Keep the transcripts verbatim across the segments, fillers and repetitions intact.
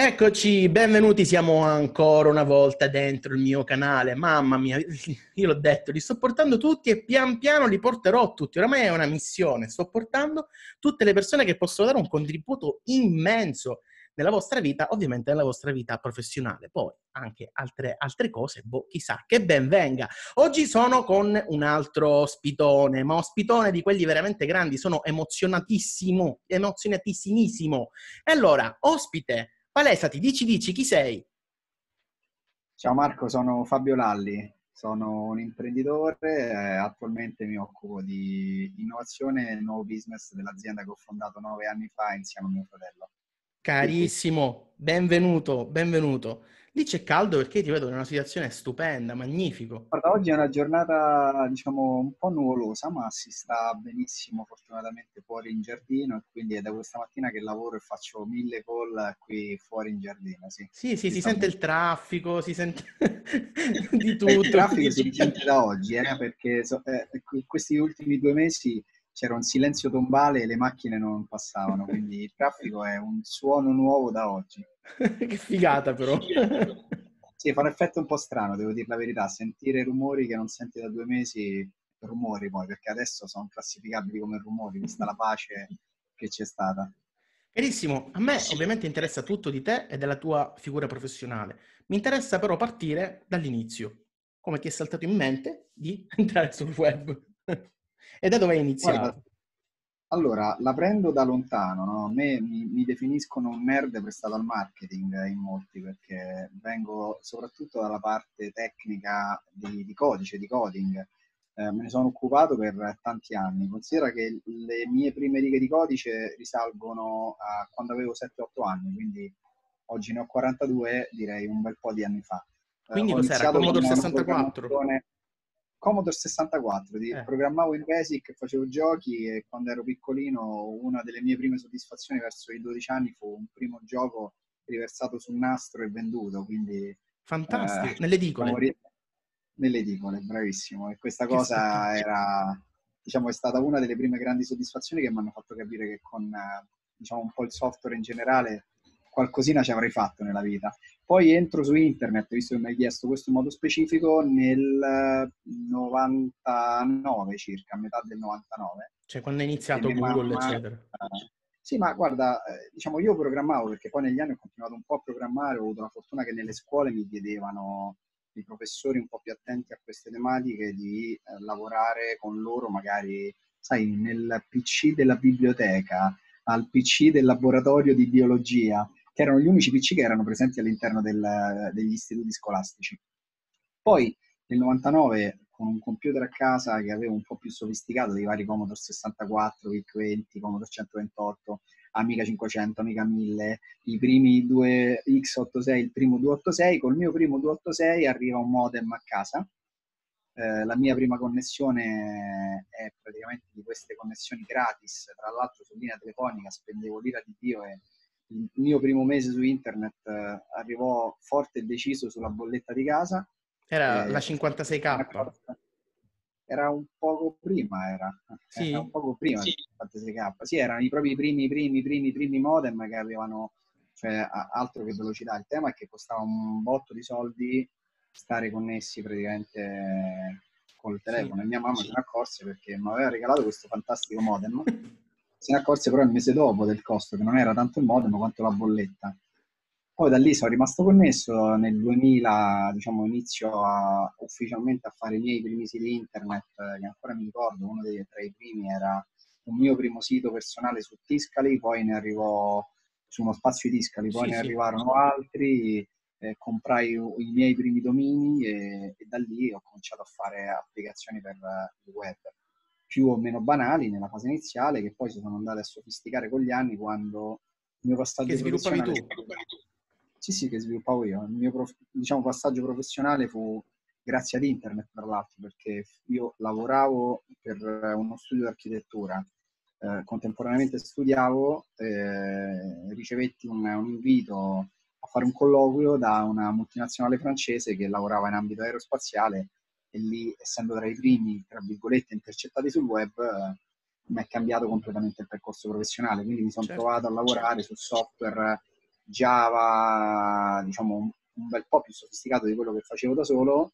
Eccoci, benvenuti, siamo ancora una volta dentro il mio canale. Mamma mia, io l'ho detto, li sto portando tutti e pian piano li porterò tutti. Oramai è una missione, sto portando tutte le persone che possono dare un contributo immenso nella vostra vita, ovviamente nella vostra vita professionale. Poi anche altre, altre cose, boh, chissà, che ben venga. Oggi sono con un altro ospitone, ma ospitone di quelli veramente grandi, sono emozionatissimo, emozionatissimissimo. E allora, ospite, palesati, dici, dici, chi sei? Ciao Marco, sono Fabio Lalli, sono un imprenditore, eh, attualmente mi occupo di innovazione e nuovo business dell'azienda che ho fondato nove anni fa insieme a mio fratello. Dimmi. Carissimo, benvenuto, benvenuto. Lì c'è caldo perché ti vedo in una situazione stupenda, magnifico. Guarda, oggi è una giornata, diciamo, un po' nuvolosa, ma si sta benissimo fortunatamente fuori in giardino e quindi è da questa mattina che lavoro e faccio mille call qui fuori in giardino, sì, Sì, sì, si si sta sente bene. il traffico, si sente di E il tutto. traffico si risente da oggi, eh, perché so- eh, que- questi ultimi due mesi c'era un silenzio tombale e le macchine non passavano, quindi il traffico è un suono nuovo da oggi. Che figata però. Sì, fa un effetto un po' strano, devo dire la verità, sentire rumori che non senti da due mesi, rumori poi, perché adesso sono classificabili come rumori, vista la pace che c'è stata. Carissimo, a me ovviamente interessa tutto di te e della tua figura professionale. Mi interessa però partire dall'inizio. Come ti è saltato in mente di entrare sul web? E da dove hai Guarda, iniziato? allora, la prendo da lontano, no? A me mi, mi definiscono un nerd prestato al marketing eh, in molti, perché vengo soprattutto dalla parte tecnica di, di codice, di coding. Eh, me ne sono occupato per tanti anni. Considera che le mie prime righe di codice risalgono a quando avevo sette otto anni, quindi oggi ne ho quarantadue, direi un bel po' di anni fa. Eh, Quindi ho cos'era? iniziato con Commodore una sessantaquattro? programmazione Commodore sessantaquattro, di- Eh. programmavo in BASIC, facevo giochi e quando ero piccolino una delle mie prime soddisfazioni verso i dodici anni fu un primo gioco riversato sul nastro e venduto, quindi eh, Fantastico. Nelle diciamo, edicole? ri- nelle edicole, bravissimo. E questa Che cosa spettacolo. era, diciamo, è stata una delle prime grandi soddisfazioni che mi hanno fatto capire che con eh, diciamo, un po' il software in generale qualcosina ci avrei fatto nella vita. Poi entro su internet, visto che mi hai chiesto questo in modo specifico, nel novantanove circa, a metà del novantanove, Cioè, quando è perché iniziato mia Google, mamma... eccetera. eh, sì, ma guarda, eh, diciamo io programmavo perché poi negli anni ho continuato un po' a programmare, ho avuto la fortuna che nelle scuole mi chiedevano i professori un po' più attenti a queste tematiche di eh, lavorare con loro magari, sai, nel P C della biblioteca, al P C del laboratorio di biologia, che erano gli unici P C che erano presenti all'interno del- degli istituti scolastici. Poi nel novantanove, con un computer a casa che avevo un po' più sofisticato, dei vari Commodore sessantaquattro, VIC venti, Commodore centoventotto, Amiga cinquecento, Amiga mille, i primi due X ottantasei, il primo duecentoottantasei, col mio primo duecentoottantasei arriva un modem a casa. Eh, la mia prima connessione è praticamente di queste connessioni gratis, tra l'altro su linea telefonica spendevo l'ira di Dio e il mio primo mese su internet eh, arrivò forte e deciso sulla bolletta di casa. Era la eh, cinquantasei K. Era un poco prima, era, era un Sì? poco prima del cinquantasei K. Sì, erano i propri primi, primi, primi, primi modem che avevano, cioè, a- altro che velocità. Il tema è che costava un botto di soldi stare connessi praticamente col Sì. telefono e mia mamma se ne accorse perché mi aveva regalato questo fantastico modem. Se ne accorse però il mese dopo del costo, che non era tanto il modem quanto la bolletta. Poi da lì sono rimasto connesso, nel duemila, diciamo, inizio a, ufficialmente a fare i miei primi siti internet, eh, che ancora mi ricordo, uno dei tra i primi era un mio primo sito personale su Tiscali, poi ne arrivò su uno spazio di Tiscali, poi Sì, ne sì. arrivarono altri, eh, comprai i miei primi domini e, e da lì ho cominciato a fare applicazioni per eh, il web, più o meno banali nella fase iniziale, che poi si sono andate a sofisticare con gli anni quando il mio Che passaggio sviluppavi professionale... tu? Sì, sì, che sviluppavo io. Il mio prof- diciamo, passaggio professionale fu grazie ad internet, tra l'altro, perché io lavoravo per uno studio di architettura, eh, contemporaneamente studiavo, eh, ricevetti un, un invito a fare un colloquio da una multinazionale francese che lavorava in ambito aerospaziale e lì, essendo tra i primi, tra virgolette, intercettati sul web, eh, mi è cambiato completamente il percorso professionale, quindi mi sono Certo. trovato a lavorare su software Java, diciamo, un, un bel po' più sofisticato di quello che facevo da solo,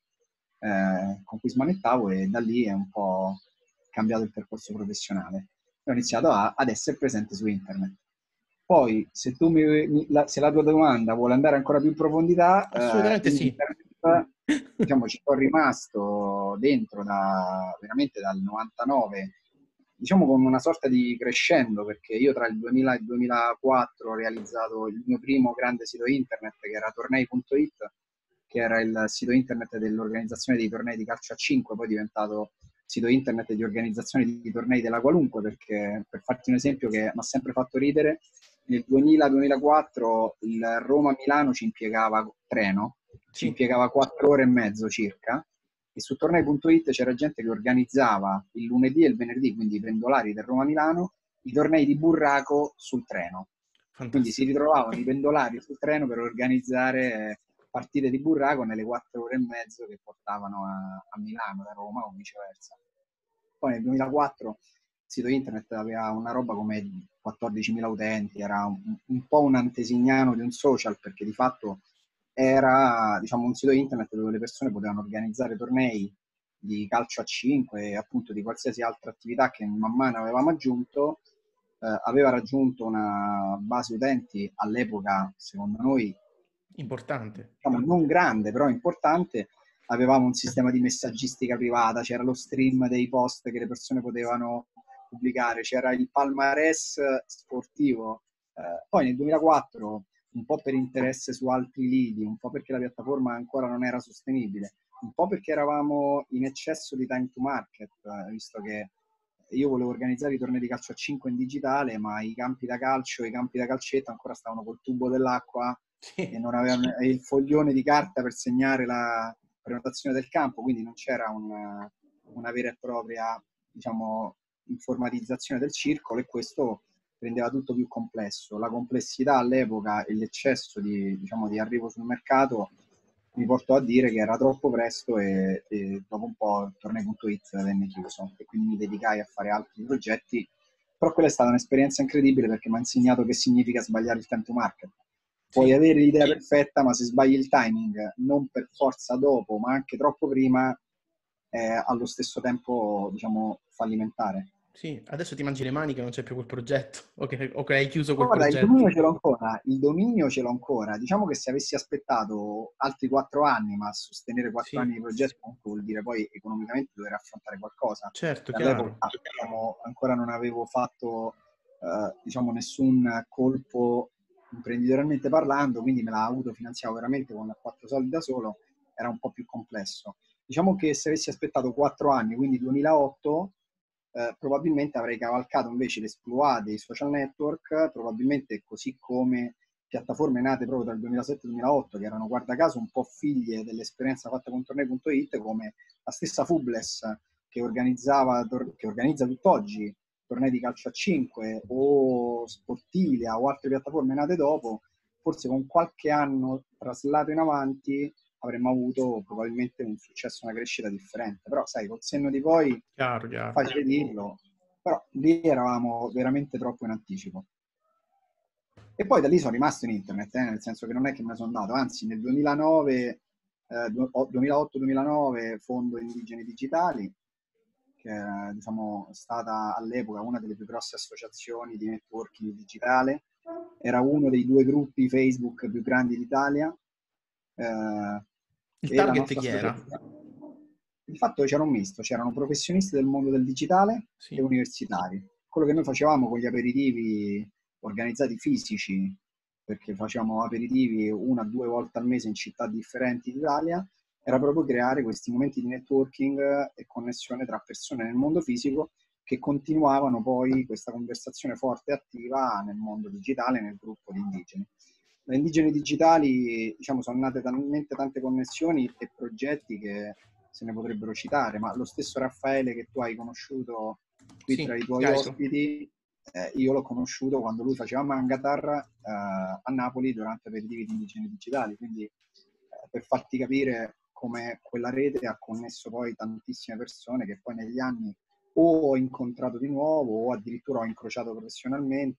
eh, con cui smanettavo, e da lì è un po' cambiato il percorso professionale. E ho iniziato a, ad essere presente su internet. Poi, se tu mi, mi- la, se la tua domanda vuole andare ancora più in profondità, eh, Assolutamente sì. internet, diciamo, ci sono rimasto dentro da, veramente dal novantanove, diciamo con una sorta di crescendo, perché io tra il duemila e il duemilaquattro ho realizzato il mio primo grande sito internet, che era tornei punto it, che era il sito internet dell'organizzazione dei tornei di calcio a cinque, poi è diventato sito internet di organizzazione di tornei della qualunque, perché, per farti un esempio che mi ha sempre fatto ridere, nel duemila-duemilaquattro il Roma-Milano ci impiegava treno, ci Sì, impiegava quattro ore e mezzo circa, e su tornei punto it c'era gente che organizzava il lunedì e il venerdì, quindi i pendolari del Roma-Milano, i tornei di burraco sul treno. Quindi si fantastico. ritrovavano i pendolari sul treno per organizzare partite di burraco nelle quattro ore e mezzo che portavano a, a Milano da Roma o viceversa. Poi nel duemilaquattro il sito internet aveva una roba come quattordicimila utenti, era un, un po' un antesignano di un social, perché di fatto era, diciamo, un sito internet dove le persone potevano organizzare tornei di calcio a cinque e appunto di qualsiasi altra attività che man mano avevamo aggiunto. Eh, aveva raggiunto una base utenti all'epoca, secondo noi, Importante. diciamo, non grande, però importante. Avevamo un sistema di messaggistica privata, c'era lo stream dei post che le persone potevano pubblicare, c'era il palmarès sportivo. Eh, poi nel duemilaquattro, un po' per interesse su altri lidi, un po' perché la piattaforma ancora non era sostenibile, un po' perché eravamo in eccesso di time to market, eh, visto che io volevo organizzare i tornei di calcio a cinque in digitale, ma i campi da calcio e i campi da calcetto ancora stavano col tubo dell'acqua e Sì, non avevano il foglione di carta per segnare la prenotazione del campo, quindi non c'era una, una vera e propria, diciamo, informatizzazione del circolo, e questo rendeva tutto più complesso. La complessità all'epoca e l'eccesso di, diciamo, di arrivo sul mercato mi portò a dire che era troppo presto, e, e dopo un po' tornai punto it venne chiuso, e quindi mi dedicai a fare altri progetti. Però quella è stata un'esperienza incredibile, perché mi ha insegnato che significa sbagliare il time to market. Puoi sì. avere l'idea perfetta, ma se sbagli il timing, non per forza dopo, ma anche troppo prima, è allo stesso tempo, diciamo, fallimentare. Sì, adesso ti mangi le mani che non c'è più quel progetto, o che, o che hai chiuso quel Guarda, il progetto. dominio ce l'ho ancora, il dominio ce l'ho ancora. Diciamo che se avessi aspettato altri quattro anni, ma sostenere quattro anni Sì, di progetto comunque vuol dire poi economicamente dover affrontare qualcosa. certo, E all'epoca, chiaro. diciamo, ancora non avevo fatto, eh, diciamo, nessun colpo imprenditorialmente parlando, quindi me la autofinanziavo veramente con quattro soldi da solo, era un po' più complesso. Diciamo che se avessi aspettato quattro anni, quindi duemilaotto, eh, probabilmente avrei cavalcato invece l'esploit dei social network, probabilmente, così come piattaforme nate proprio dal duemilasette-duemilaotto, che erano guarda caso un po' figlie dell'esperienza fatta con tornei punto it, come la stessa Fubles, che organizzava, che organizza tutt'oggi tornei di calcio a cinque, o Sportilia o altre piattaforme nate dopo. Forse con qualche anno traslato in avanti avremmo avuto probabilmente un successo, una crescita differente. Però sai, col senno di poi, Chiaro, chiaro. facile dirlo, però lì eravamo veramente troppo in anticipo. E poi da lì sono rimasto in internet, eh, nel senso che non è che me ne sono andato, anzi nel duemilanove, eh, duemilaotto-duemilanove fondo Indigeni Digitali, che è, diciamo, stata all'epoca una delle più grosse associazioni di networking digitale, era uno dei due gruppi Facebook più grandi d'Italia, eh, Il e la target nostra chi era? associazione. Di fatto c'era un misto, c'erano professionisti del mondo del digitale e Sì, universitari. Quello che noi facevamo con gli aperitivi organizzati fisici, perché facciamo aperitivi una o due volte al mese in città differenti d'Italia, era proprio creare questi momenti di networking e connessione tra persone nel mondo fisico, che continuavano poi questa conversazione forte e attiva nel mondo digitale, nel gruppo di indigeni. Da Indigeni Digitali, diciamo, sono nate talmente tante connessioni e progetti che se ne potrebbero citare, ma lo stesso Raffaele che tu hai conosciuto qui tra sì, i tuoi carico. ospiti, eh, io l'ho conosciuto quando lui faceva Mangatar, eh, a Napoli durante aperitivi di Indigeni Digitali, quindi, eh, per farti capire come quella rete ha connesso poi tantissime persone che poi negli anni o ho incontrato di nuovo o addirittura ho incrociato professionalmente,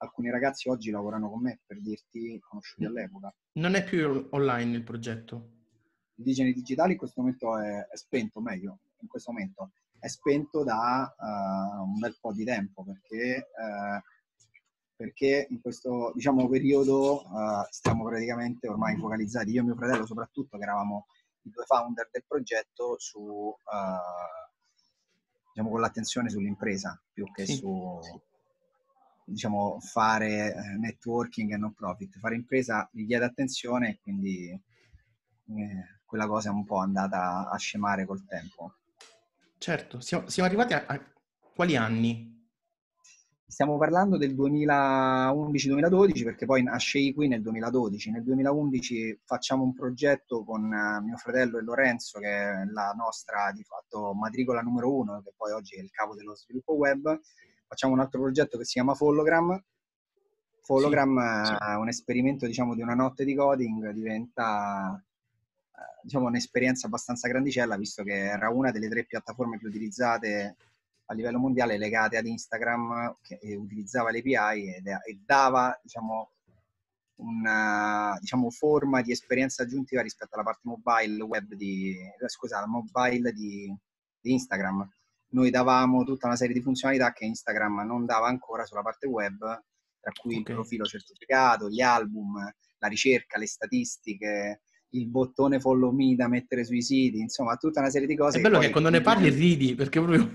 alcuni ragazzi oggi lavorano con me, per dirti, conosciuti all'epoca. Non è più online il progetto? Indigeni Digitali in questo momento è, è spento, meglio, in questo momento è spento da uh, un bel po' di tempo, perché, uh, perché in questo, diciamo, periodo uh, stiamo praticamente ormai focalizzati, io e mio fratello soprattutto, che eravamo i due founder del progetto, su, uh, diciamo, con l'attenzione sull'impresa, più che Sì. su, diciamo, fare networking e non profit. Fare impresa richiede attenzione e quindi eh, quella cosa è un po' andata a scemare col tempo. Certo, siamo, siamo arrivati a, a quali anni? Stiamo parlando del duemilaundici duemiladodici, perché poi nasce qui nel duemiladodici. Nel duemilaundici facciamo un progetto con mio fratello e Lorenzo, che è la nostra, di fatto, matricola numero uno, che poi oggi è il capo dello sviluppo web. Facciamo un altro progetto che si chiama Follogram. Follogram Sì. è un esperimento, diciamo, di una notte di coding, diventa, diciamo, un'esperienza abbastanza grandicella, visto che era una delle tre piattaforme più utilizzate a livello mondiale legate ad Instagram, che utilizzava l'A P I ed, e dava, diciamo, una, diciamo, forma di esperienza aggiuntiva rispetto alla parte mobile web di, scusa, mobile di, di Instagram. Noi davamo tutta una serie di funzionalità che Instagram non dava ancora sulla parte web, tra cui il Okay. profilo certificato, gli album, la ricerca, le statistiche, il bottone follow me da mettere sui siti, insomma tutta una serie di cose. È che bello poi che quando ne parli ridi, perché proprio...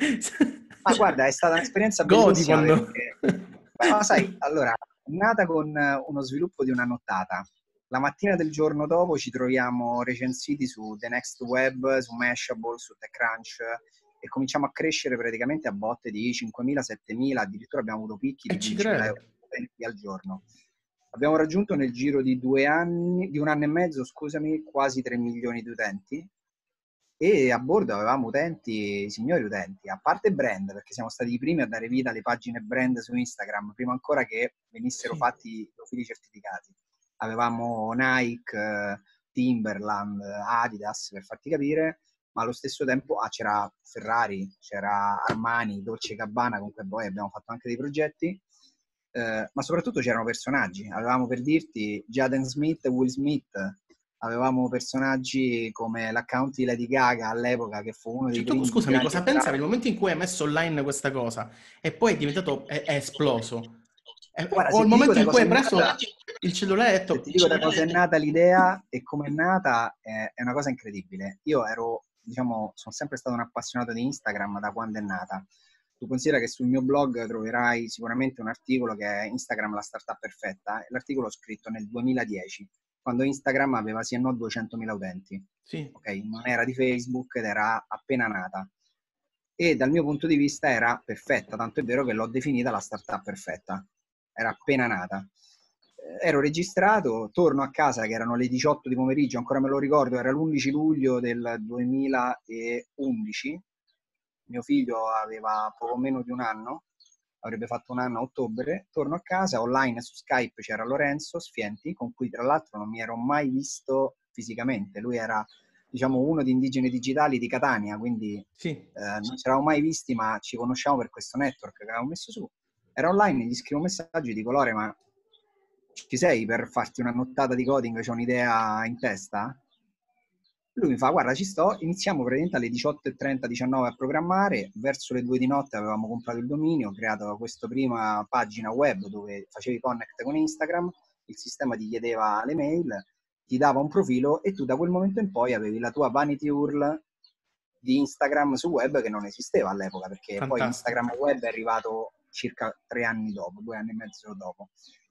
Ma guarda, è stata un'esperienza Godi bellissima quando... perché, beh, ma sai, allora, è nata con uno sviluppo di una nottata. La mattina del giorno dopo ci troviamo recensiti su The Next Web, su Mashable, su TechCrunch e cominciamo a crescere praticamente a botte di cinquemila, settemila, addirittura abbiamo avuto picchi E di ci quindicimila credo. euro al giorno. Abbiamo raggiunto nel giro di due anni, di un anno e mezzo, scusami, quasi tre milioni di utenti. E a bordo avevamo utenti, signori utenti, a parte brand, perché siamo stati i primi a dare vita alle pagine brand su Instagram, prima ancora che venissero Sì. fatti i profili certificati. Avevamo Nike, Timberland, Adidas, per farti capire, ma allo stesso tempo ah, c'era Ferrari, c'era Armani, Dolce Gabbana, con cui poi abbiamo fatto anche dei progetti, eh, ma soprattutto c'erano personaggi. Avevamo, per dirti, Jaden Smith e Will Smith, avevamo personaggi come l'account di Lady Gaga all'epoca, che fu uno dei Cioè, tu, primi più scusami, grandi cosa pensavi operai. nel momento in cui hai messo online questa cosa e poi è diventato, è, è esploso? È- Guarda, o se il ti dico momento da in cui cosa è hai preso nata, il cellulare e hai se detto, ti dico da cosa è nata l'idea e come è nata, è, è una cosa incredibile. Io ero, diciamo, sono sempre stato un appassionato di Instagram da quando è nata. Tu considera che sul mio blog troverai sicuramente un articolo che è Instagram la startup perfetta, e l'articolo ho scritto nel duemiladieci, quando Instagram aveva sì e no duecentomila utenti. sì, Ok, non era di Facebook ed era appena nata. E dal mio punto di vista era perfetta, tanto è vero che l'ho definita la startup perfetta. Era appena nata. Eh, ero registrato, torno a casa che erano le diciotto di pomeriggio, ancora me lo ricordo, era l'undici luglio del duemilaundici, mio figlio aveva poco meno di un anno, avrebbe fatto un anno a ottobre, torno a casa, online su Skype c'era Lorenzo Sfienti, con cui tra l'altro non mi ero mai visto fisicamente, lui era, diciamo, uno di Indigeni Digitali di Catania, quindi sì, eh, non ci eravamo mai visti, ma ci conosciamo per questo network che avevamo messo su. Era online, gli scrivo un messaggio e dico: Lore, ma ci sei per farti una nottata di coding? C'ho un'idea in testa? Lui mi fa: guarda, ci sto. Iniziamo praticamente alle diciotto e trenta, diciannove a programmare. Verso le due di notte avevamo comprato il dominio, ho creato questa prima pagina web dove facevi connect con Instagram, il sistema ti chiedeva le mail, ti dava un profilo e tu da quel momento in poi avevi la tua vanity U R L di Instagram su web, che non esisteva all'epoca, perché poi fantastico. Instagram web è arrivato circa tre anni dopo, due anni e mezzo dopo.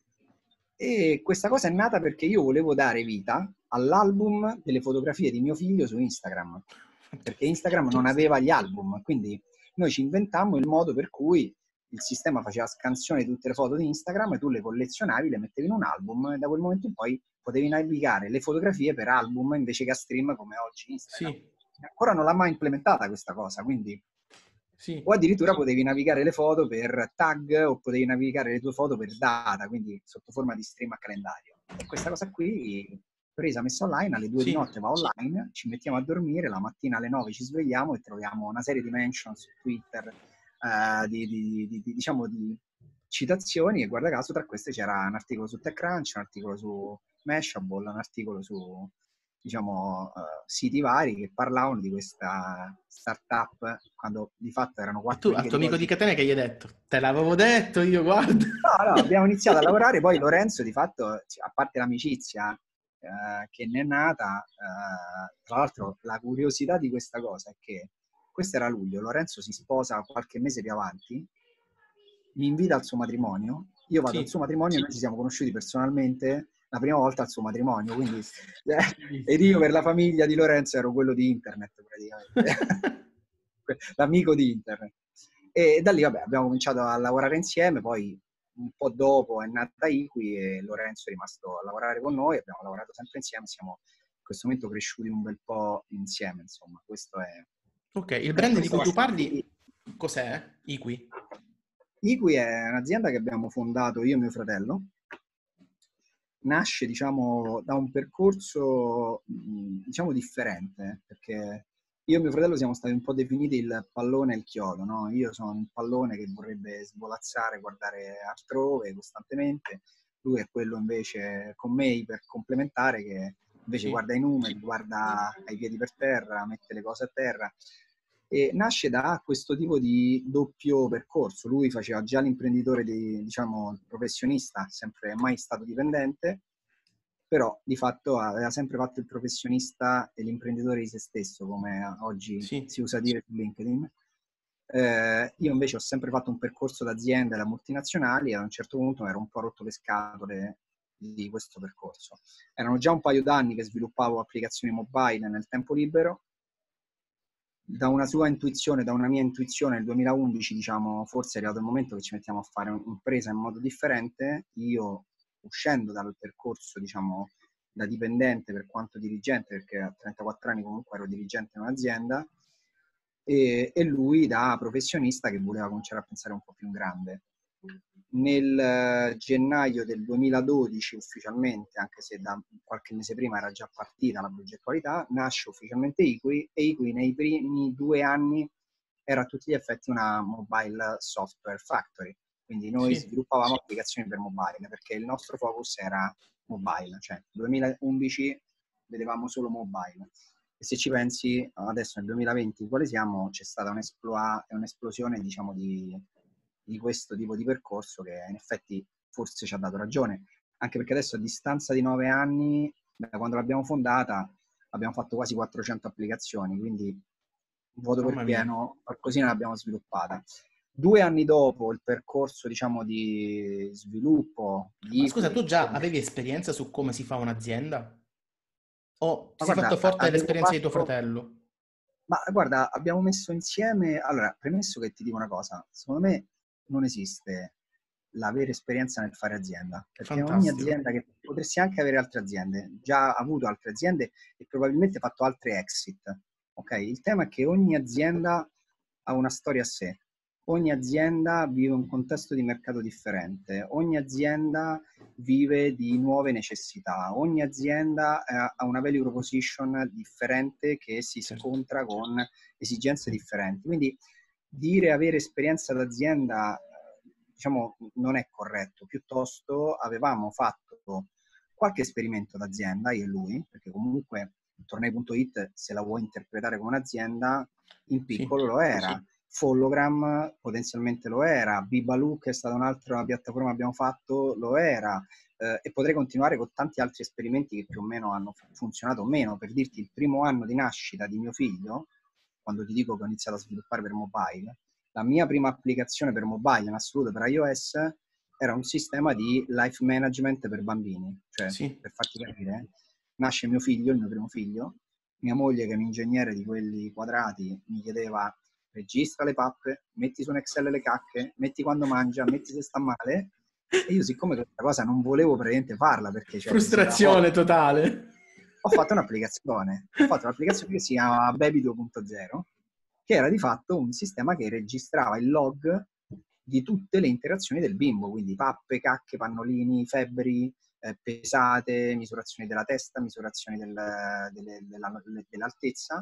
E questa cosa è nata perché io volevo dare vita all'album delle fotografie di mio figlio su Instagram, perché Instagram non aveva gli album, quindi noi ci inventammo il modo per cui il sistema faceva scansione di tutte le foto di Instagram e tu le collezionavi, le mettevi in un album e da quel momento in poi potevi navigare le fotografie per album invece che a stream come oggi Instagram. Sì, Ancora non l'ha mai implementata questa cosa, quindi sì, o addirittura potevi navigare le foto per tag o potevi navigare le tue foto per data, quindi sotto forma di stream a calendario. E questa cosa qui, presa, messa online, alle due di sì, notte va online, ci mettiamo a dormire, la mattina alle nove ci svegliamo e troviamo una serie di mention su Twitter, eh, di, di, di, di, diciamo di citazioni e guarda caso tra queste c'era un articolo su TechCrunch, un articolo su Mashable, un articolo su, diciamo, uh, siti vari che parlavano di questa startup quando di fatto erano E tu quattro al righe tuo di amico di codice. Catania che gli hai detto? Te l'avevo detto io, guarda. No, no, abbiamo iniziato a lavorare, poi Lorenzo di fatto, a parte l'amicizia eh, che ne è nata, eh, tra l'altro la curiosità di questa cosa è che questo era luglio, Lorenzo si sposa qualche mese più avanti, mi invita al suo matrimonio, io vado al Sì. suo matrimonio e noi ci siamo conosciuti personalmente la prima volta al suo matrimonio, quindi eh, ed Bellissimo. io per la famiglia di Lorenzo ero quello di internet praticamente, l'amico di internet. E da lì vabbè, abbiamo cominciato a lavorare insieme, poi un po' dopo è nata Iqui e Lorenzo è rimasto a lavorare con noi, abbiamo lavorato sempre insieme, siamo in questo momento cresciuti un bel po' insieme, insomma, questo è... Ok, il Eh, brand di questo cui va tu sempre. parli, cos'è? Iqui? Iqui è un'azienda che abbiamo fondato io e mio fratello. Nasce, diciamo, da un percorso, diciamo, differente, perché io e mio fratello siamo stati un po' definiti il pallone e il chiodo, no? Io sono un pallone che vorrebbe svolazzare, guardare altrove costantemente, lui è quello invece con me per complementare che invece Sì. guarda i numeri, guarda ai piedi per terra, mette le cose a terra. E nasce da questo tipo di doppio percorso. Lui faceva già l'imprenditore, di, diciamo, il professionista, sempre mai stato dipendente, però di fatto aveva sempre fatto il professionista e l'imprenditore di se stesso, come oggi Sì. si usa dire su LinkedIn. Eh, io invece ho sempre fatto un percorso d'azienda da multinazionali e a un certo punto mi ero un po' rotto le scatole di questo percorso. Erano già un paio d'anni che sviluppavo applicazioni mobile nel tempo libero. Da una sua intuizione, da una mia intuizione nel duemilaundici, diciamo, forse è arrivato il momento che ci mettiamo a fare un'impresa in modo differente. Io, uscendo dal percorso, diciamo, da dipendente per quanto dirigente, perché a trentaquattro anni comunque ero dirigente in un'azienda, e, e lui da professionista che voleva cominciare a pensare un po' più in grande. Nel gennaio del duemiladodici ufficialmente, anche se da qualche mese prima era già partita la progettualità, nasce ufficialmente Iqui e Iqui nei primi due anni era a tutti gli effetti una mobile software factory, quindi noi Sì. sviluppavamo applicazioni per mobile perché il nostro focus era mobile, cioè nel duemilaundici vedevamo solo mobile. E se ci pensi, adesso nel duemilaventi, quale siamo, c'è stata un'esplosione, diciamo, di, di questo tipo di percorso che in effetti forse ci ha dato ragione, anche perché adesso a distanza di nove anni, da quando l'abbiamo fondata, abbiamo fatto quasi quattrocento applicazioni, quindi vuoto per Mamma mia. pieno, qualcosina l'abbiamo sviluppata. Due anni dopo il percorso, diciamo, di sviluppo Ma di scusa, Iqui, tu già avevi esperienza su come si fa un'azienda? O ti ma sei fatto guarda, forte avevo dell'esperienza di tuo fatto. fratello? Ma guarda, abbiamo messo insieme, allora, premesso che ti dico una cosa, secondo me non esiste la vera esperienza nel fare azienda, perché ogni Fantastico. azienda che potresti anche avere altre aziende, già avuto altre aziende e probabilmente fatto altri exit, ok? Il tema è che ogni azienda ha una storia a sé, ogni azienda vive un contesto di mercato differente, ogni azienda vive di nuove necessità, ogni azienda eh, ha una value proposition differente che si Certo. scontra con esigenze differenti. Quindi dire avere esperienza d'azienda, diciamo, non è corretto. Piuttosto avevamo fatto qualche esperimento d'azienda, io e lui, perché comunque tornei punto it, se la vuoi interpretare come un'azienda, in Sì. piccolo lo era. Follogram potenzialmente lo era, Bibaloo, che è stata un'altra piattaforma che abbiamo fatto, lo era, eh, e potrei continuare con tanti altri esperimenti che più o meno hanno funzionato o meno. Per dirti, il primo anno di nascita di mio figlio, quando ti dico che ho iniziato a sviluppare per mobile, la mia prima applicazione per mobile in assoluto per iOS era un sistema di life management per bambini, cioè Sì. per farti capire, nasce mio figlio, il mio primo figlio, mia moglie che è un ingegnere di quelli quadrati mi chiedeva registra le pappe, metti su un Excel le cacche, metti quando mangia, metti se sta male, e io siccome questa cosa non volevo praticamente farla perché cioè, mi sembrava Frustrazione forte, totale. ho fatto un'applicazione, ho fatto un'applicazione che si chiama Baby due punto zero, che era di fatto un sistema che registrava il log di tutte le interazioni del bimbo, quindi pappe, cacche, pannolini, febbri, eh, pesate, misurazioni della testa, misurazioni del, delle, della, dell'altezza,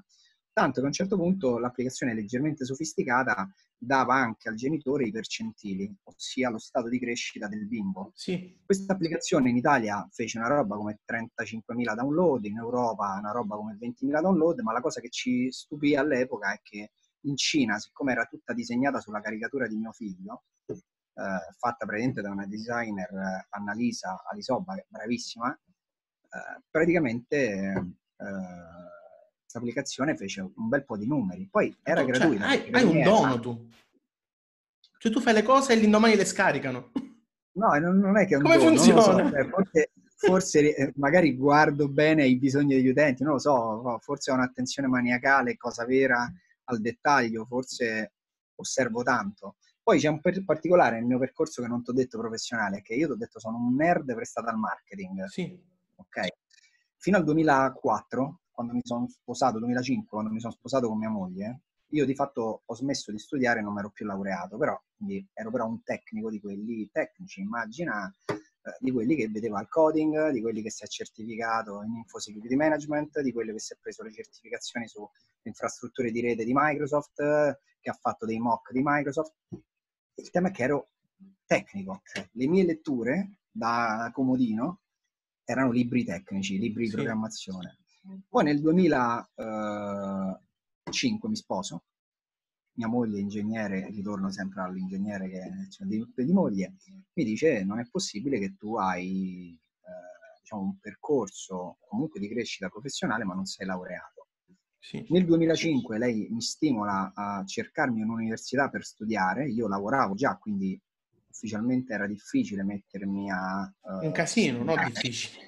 Tanto che a un certo punto l'applicazione leggermente sofisticata dava anche al genitore i percentili, ossia lo stato di crescita del bimbo. Sì. Questa applicazione in Italia fece una roba come trentacinquemila download, in Europa una roba come ventimila download, ma la cosa che ci stupì all'epoca è che in Cina, siccome era tutta disegnata sulla caricatura di mio figlio, eh, fatta praticamente da una designer, eh, Annalisa Alisoba, che è bravissima, eh, praticamente questa eh, applicazione fece un bel po' di numeri. Poi Ma era tu, cioè, gratuita, hai, perché hai per un me era... dono tu. Cioè tu fai le cose e l'indomani le scaricano. No, non è che è un Come dono, non lo so, funziona? cioè, forse, forse eh, magari guardo bene i bisogni degli utenti, non lo so, forse ho un'attenzione maniacale, cosa vera al dettaglio, forse osservo tanto. Poi c'è un per- particolare nel mio percorso che non ti ho detto professionale, che io ti ho detto sono un nerd prestato al marketing, Sì, ok? Fino al duemilaquattro, quando mi sono sposato, duemilacinque, quando mi sono sposato con mia moglie, io di fatto ho smesso di studiare e non mi ero più laureato, però quindi ero però un tecnico di quelli tecnici, immagina, eh, di quelli che vedeva il coding, di quelli che si è certificato in Info Security Management, di quelli che si è preso le certificazioni su infrastrutture di rete di Microsoft, eh, che ha fatto dei mock di Microsoft. Il tema è che ero tecnico, cioè le mie letture da comodino erano libri tecnici, libri di sì. programmazione. Poi nel duemilacinque mi sposo, mia moglie è ingegnere, ritorno sempre all'ingegnere che cioè, di, di moglie, mi dice non è possibile che tu hai eh, diciamo, un percorso comunque di crescita professionale ma non sei laureato. Sì. Nel duemilacinque lei mi stimola a cercarmi un'università per studiare, io lavoravo già, quindi ufficialmente era difficile mettermi a Un uh, casino, no? studiare. Difficile.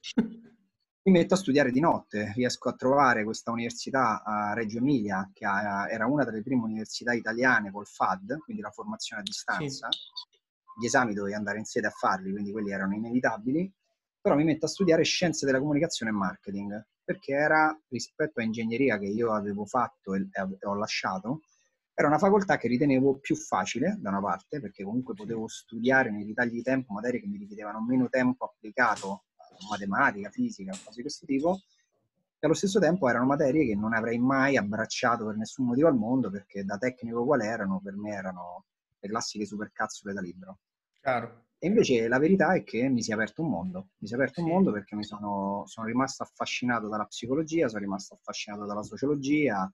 Mi metto a studiare di notte, riesco a trovare questa università a Reggio Emilia, che era una delle prime università italiane col F A D, quindi la formazione a Sì. distanza. Gli esami dovevi andare in sede a farli, quindi quelli erano inevitabili, però mi metto a studiare scienze della comunicazione e marketing, perché era, rispetto a ingegneria che io avevo fatto e ho lasciato, era una facoltà che ritenevo più facile, da una parte, perché comunque Sì. potevo studiare nei ritagli di tempo materie che mi richiedevano meno tempo applicato, matematica, fisica, cose di questo tipo, e allo stesso tempo erano materie che non avrei mai abbracciato per nessun motivo al mondo, perché da tecnico qual erano, per me erano le classiche supercazzole da libro. Chiaro. E invece la verità è che mi si è aperto un mondo, mi si è aperto un Sì. mondo perché mi sono, sono rimasto affascinato dalla psicologia, sono rimasto affascinato dalla sociologia,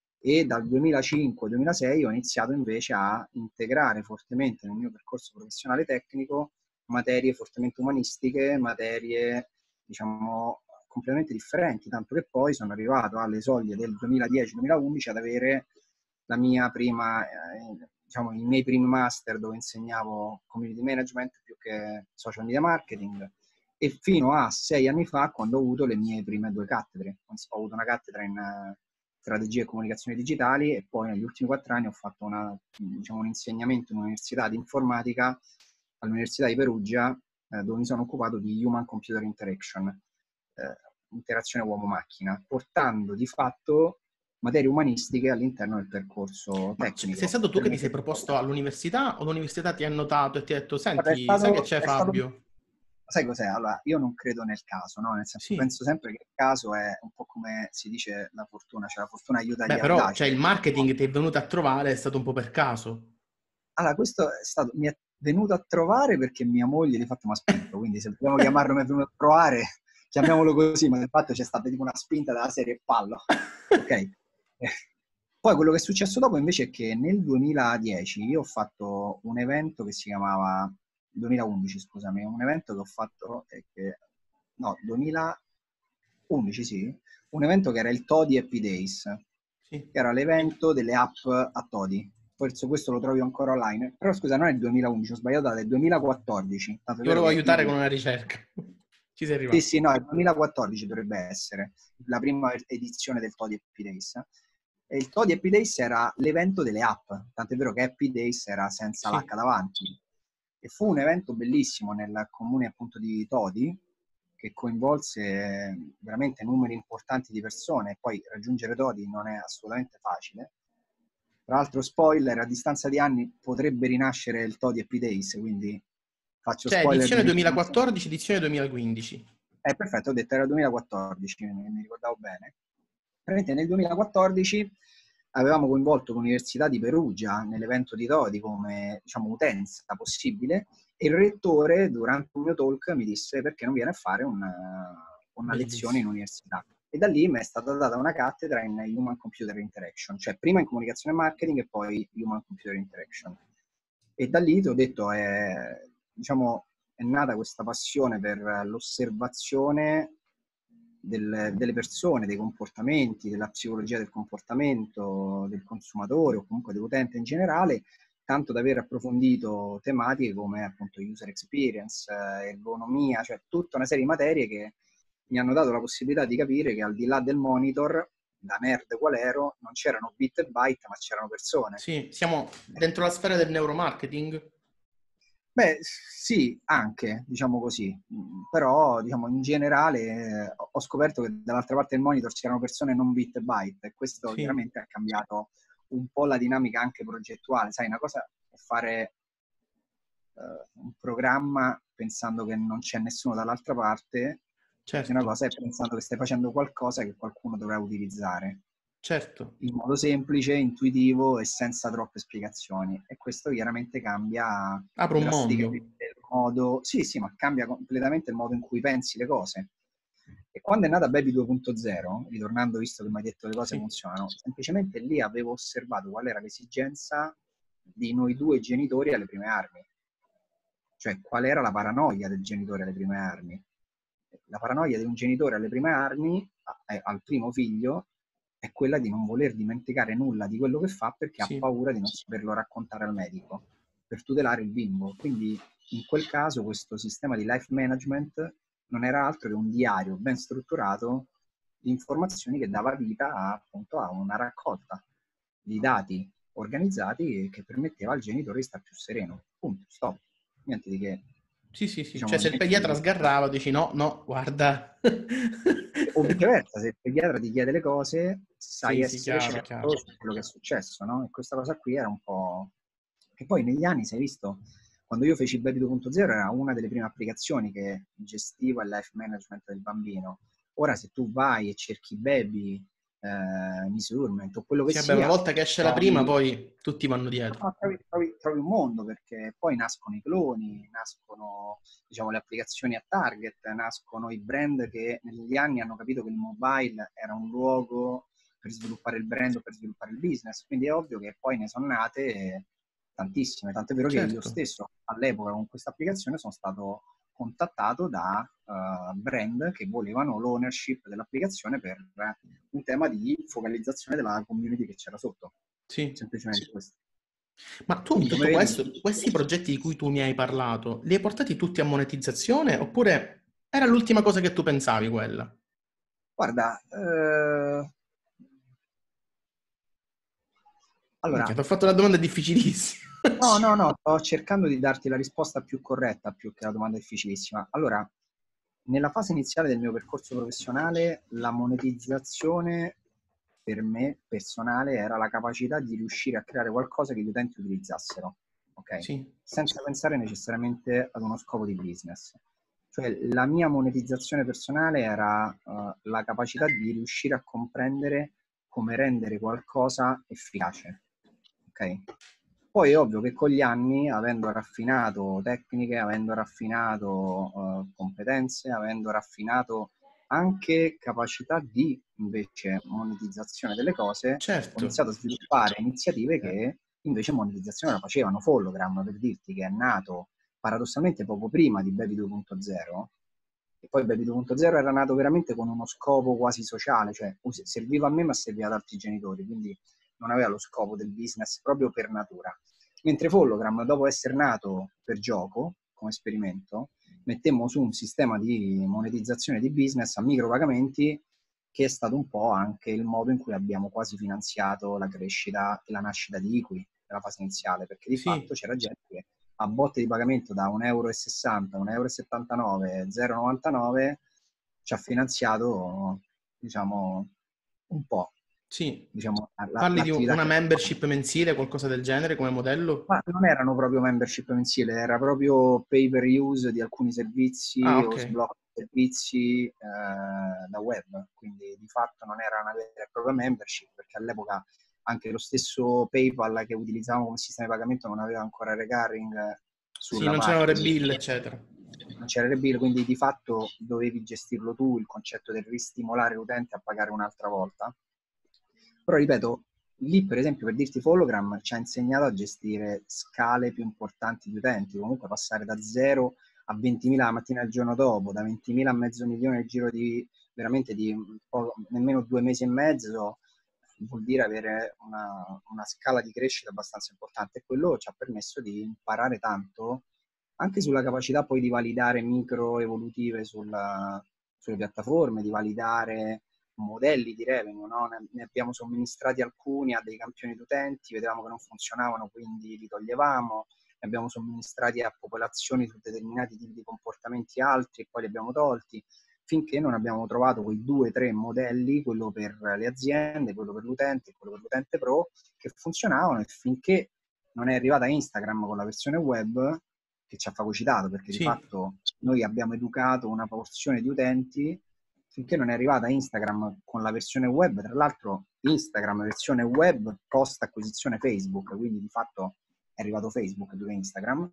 e dal duemilacinque-duemilasei ho iniziato invece a integrare fortemente nel mio percorso professionale tecnico materie fortemente umanistiche, materie diciamo completamente differenti, tanto che poi sono arrivato alle soglie del duemiladieci-duemilaundici ad avere la mia prima, eh, diciamo, i miei primi master dove insegnavo community management più che social media marketing, e fino a sei anni fa quando ho avuto le mie prime due cattedre. Ho avuto una cattedra in uh, strategie e comunicazioni digitali e poi negli ultimi quattro anni ho fatto una, diciamo, un insegnamento in un'università di informatica all'Università di Perugia, eh, dove mi sono occupato di Human Computer Interaction, eh, interazione uomo-macchina, portando di fatto materie umanistiche all'interno del percorso Ma c- sei tecnico. stato tu che ti sei Permettete... proposto all'università o l'università ti ha notato e ti ha detto, Guarda, è senti, sai che stato, c'è è stato... Fabio? Sai cos'è? Allora, io non credo nel caso, no? Nel senso, Sì. penso sempre che il caso è un po' come si dice la fortuna, cioè la fortuna aiuta gli Beh, però, audaci. cioè, il marketing ti è venuto a trovare è stato un po' per caso. Allora, questo è stato, mi è venuto a trovare perché mia moglie di fatto mi ha spinto, quindi se vogliamo chiamarlo mi è venuto a trovare, chiamiamolo così, ma di fatto c'è stata tipo una spinta della serie pallo, ok? Eh, Poi quello che è successo dopo invece è che nel duemiladieci io ho fatto un evento che si chiamava, duemilaundici scusami, un evento che ho fatto, eh, che, no, duemilaundici sì, un evento che era il Todi Happy Days, Sì. che era l'evento delle app a Todi. Forse questo lo trovi ancora online, però scusa, non è il duemilaundici, ho sbagliato, è il duemilaquattordici, tanto è Ti vero volevo che io... aiutare con una ricerca. Ci sei Sì, arrivato. sì, no, il duemilaquattordici dovrebbe essere la prima edizione del Todi Happy Days. E il Todi Happy Days era l'evento delle app, tant'è vero che Happy Days era senza Sì. l'H davanti. E fu un evento bellissimo nel comune appunto di Todi, che coinvolse veramente numeri importanti di persone, e poi raggiungere Todi non è assolutamente facile. Tra l'altro, spoiler, a distanza di anni potrebbe rinascere il Todi Happy Days, quindi faccio Cioè, spoiler di edizione ricevuzione. duemilaquattordici, edizione duemilaquindici. Eh, perfetto, ho detto era duemilaquattordici, mi, mi ricordavo bene. Praticamente nel duemilaquattordici avevamo coinvolto l'Università di Perugia nell'evento di Todi come, diciamo, utenza possibile, e il rettore durante un mio talk mi disse perché non viene a fare una, una lezione in Bellissimo. università. E da lì mi è stata data una cattedra in Human Computer Interaction, cioè prima in comunicazione e marketing e poi Human Computer Interaction. E da lì ti ho detto, è, diciamo, è nata questa passione per l'osservazione del, delle persone, dei comportamenti, della psicologia del comportamento del consumatore o comunque dell'utente in generale, tanto da aver approfondito tematiche come appunto user experience, ergonomia, cioè tutta una serie di materie che mi hanno dato la possibilità di capire che al di là del monitor, da nerd qual ero, non c'erano bit e byte, ma c'erano persone. Sì, siamo dentro la sfera del neuromarketing. Beh, sì, anche, diciamo così, però diciamo in generale eh, ho scoperto che dall'altra parte del monitor c'erano persone non bit e byte, e questo Sì, chiaramente ha cambiato un po' la dinamica anche progettuale. Sai, una cosa è fare eh, un programma pensando che non c'è nessuno dall'altra parte, e una certo, cosa è pensando che stai facendo qualcosa che qualcuno dovrà utilizzare certo. in modo semplice, intuitivo e senza troppe spiegazioni. E questo chiaramente cambia Apre un mondo. drasticamente il modo, sì, sì, ma cambia completamente il modo in cui pensi le cose. E quando è nata Baby due punto zero, ritornando, visto che mi hai detto le cose Sì, funzionano, semplicemente lì avevo osservato qual era l'esigenza di noi due genitori alle prime armi. Cioè, qual era la paranoia del genitore alle prime armi? La paranoia di un genitore alle prime armi, al primo figlio, è quella di non voler dimenticare nulla di quello che fa perché ha sì, paura di non saperlo raccontare al medico, per tutelare il bimbo. Quindi in quel caso questo sistema di life management non era altro che un diario ben strutturato di informazioni che dava vita a, appunto, a una raccolta di dati organizzati che permetteva al genitore di stare più sereno. Punto, stop. Niente di che, sì, sì, sì. diciamo, Cioè, se il niente pediatra di... sgarrava, dici no, no, guarda. O viceversa, se il pediatra ti chiede le cose, sai Sì, sì, essere chiaro, certo chiaro. su quello che è successo, no? E questa cosa qui era un po'... Che poi negli anni, si è visto, quando io feci Baby due punto zero era una delle prime applicazioni che gestiva il life management del bambino. Ora se tu vai e cerchi Baby, eh, Measurement o quello che Sì, vabbè, una sia, volta che esce la prima, trovi, poi tutti vanno dietro. no, trovi, trovi, trovi un mondo, perché poi nascono i cloni, nascono, diciamo, le applicazioni a target, nascono i brand che negli anni hanno capito che il mobile era un luogo per sviluppare il brand o per sviluppare il business, quindi è ovvio che poi ne sono nate tantissime, tant'è vero che io Certo. stesso all'epoca con questa applicazione sono stato contattato da uh, brand che volevano l'ownership dell'applicazione per un tema di focalizzazione della community che c'era sotto, Sì. semplicemente questo. Ma tu, Quindi come tutto vedi, questo, questi progetti di cui tu mi hai parlato, li hai portati tutti a monetizzazione oppure era l'ultima cosa che tu pensavi quella? guarda, eh, Minchia, allora, ti ho fatto una domanda difficilissima. no, no, no, sto cercando di darti la risposta più corretta, più che la domanda difficilissima. Allora, nella fase iniziale del mio percorso professionale, la monetizzazione per me personale era la capacità di riuscire a creare qualcosa che gli utenti utilizzassero, ok? Sì, Senza pensare necessariamente ad uno scopo di business. Cioè, la mia monetizzazione personale era uh, la capacità di riuscire a comprendere come rendere qualcosa efficace, ok? Poi è ovvio che con gli anni, avendo raffinato tecniche, avendo raffinato uh, competenze, avendo raffinato anche capacità di invece monetizzazione delle cose, ho certo. iniziato a sviluppare iniziative che invece monetizzazione la facevano. Follogram, per dirti, che è nato paradossalmente poco prima di Baby due punto zero, e poi Baby due punto zero era nato veramente con uno scopo quasi sociale, cioè serviva a me ma serviva ad altri genitori, quindi non aveva lo scopo del business proprio per natura. Mentre Follogram, dopo essere nato per gioco, come esperimento, mettemmo su un sistema di monetizzazione di business a micropagamenti, che è stato un po' anche il modo in cui abbiamo quasi finanziato la crescita e la nascita di Equi nella fase iniziale, perché di fatto Sì, c'era gente che a botte di pagamento da un euro e sessanta, un euro e settantanove, zero virgola novantanove ci ha finanziato, diciamo, un po'. Sì. diciamo, la, Parli di un- l'attività una che membership mensile, qualcosa del genere come modello? ma non erano proprio membership mensile, era proprio pay per use di alcuni Ah, servizi o ok. sblocco di servizi eh, da web, quindi di fatto non era una vera e propria membership perché all'epoca anche lo stesso PayPal che utilizzavamo come sistema di pagamento non aveva ancora recurring Sì, sulla non c'erano parte di... rebill, eccetera. Non c'era il bill, quindi di fatto dovevi gestirlo tu, il concetto del ristimolare l'utente a pagare un'altra volta. Però ripeto, lì per esempio per dirti Follogram ci ha insegnato a gestire scale più importanti di utenti, comunque passare da zero a ventimila la mattina del giorno dopo, da ventimila a mezzo milione nel giro di veramente di un po', nemmeno due mesi e mezzo, vuol dire avere una, una scala di crescita abbastanza importante e quello ci ha permesso di imparare tanto anche sulla capacità poi di validare micro evolutive sulla, sulle piattaforme, di validare modelli di revenue, no? ne, ne abbiamo somministrati alcuni a dei campioni d'utenti, vedevamo che non funzionavano, quindi li toglievamo, ne abbiamo somministrati a popolazioni su determinati tipi di comportamenti altri e poi li abbiamo tolti, finché non abbiamo trovato quei due o tre modelli, quello per le aziende, quello per l'utente e quello per l'utente pro, che funzionavano e finché non è arrivata Instagram con la versione web, che ci ha fagocitato, perché di Sì. fatto noi abbiamo educato una porzione di utenti finché non è arrivata Instagram con la versione web, tra l'altro Instagram versione web post acquisizione Facebook, quindi di fatto è arrivato Facebook più che Instagram,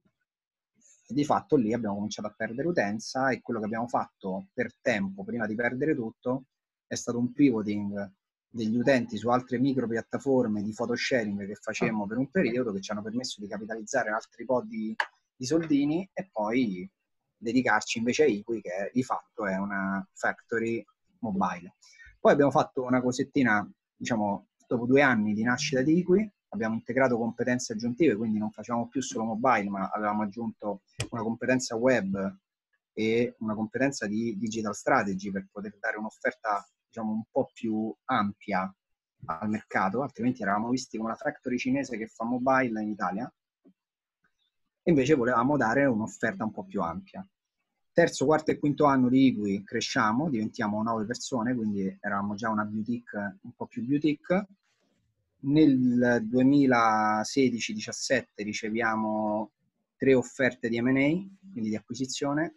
e di fatto lì abbiamo cominciato a perdere utenza e quello che abbiamo fatto per tempo, prima di perdere tutto, è stato un pivoting degli utenti su altre micro piattaforme di photo sharing che Ah, facevamo per un periodo, che ci hanno permesso di capitalizzare altri po' di, di soldini e poi dedicarci invece a Equi, che di fatto è una factory mobile. Poi abbiamo fatto una cosettina, diciamo, dopo due anni di nascita di Equi, abbiamo integrato competenze aggiuntive, quindi non facevamo più solo mobile, ma avevamo aggiunto una competenza web e una competenza di digital strategy per poter dare un'offerta, diciamo, un po' più ampia al mercato, altrimenti eravamo visti come una factory cinese che fa mobile in Italia, e invece volevamo dare un'offerta un po' più ampia. Terzo, quarto e quinto anno di Equi cresciamo, diventiamo nove persone, quindi eravamo già una boutique, un po' più boutique. Nel duemilasedici diciassette riceviamo tre offerte di M and A, quindi di acquisizione,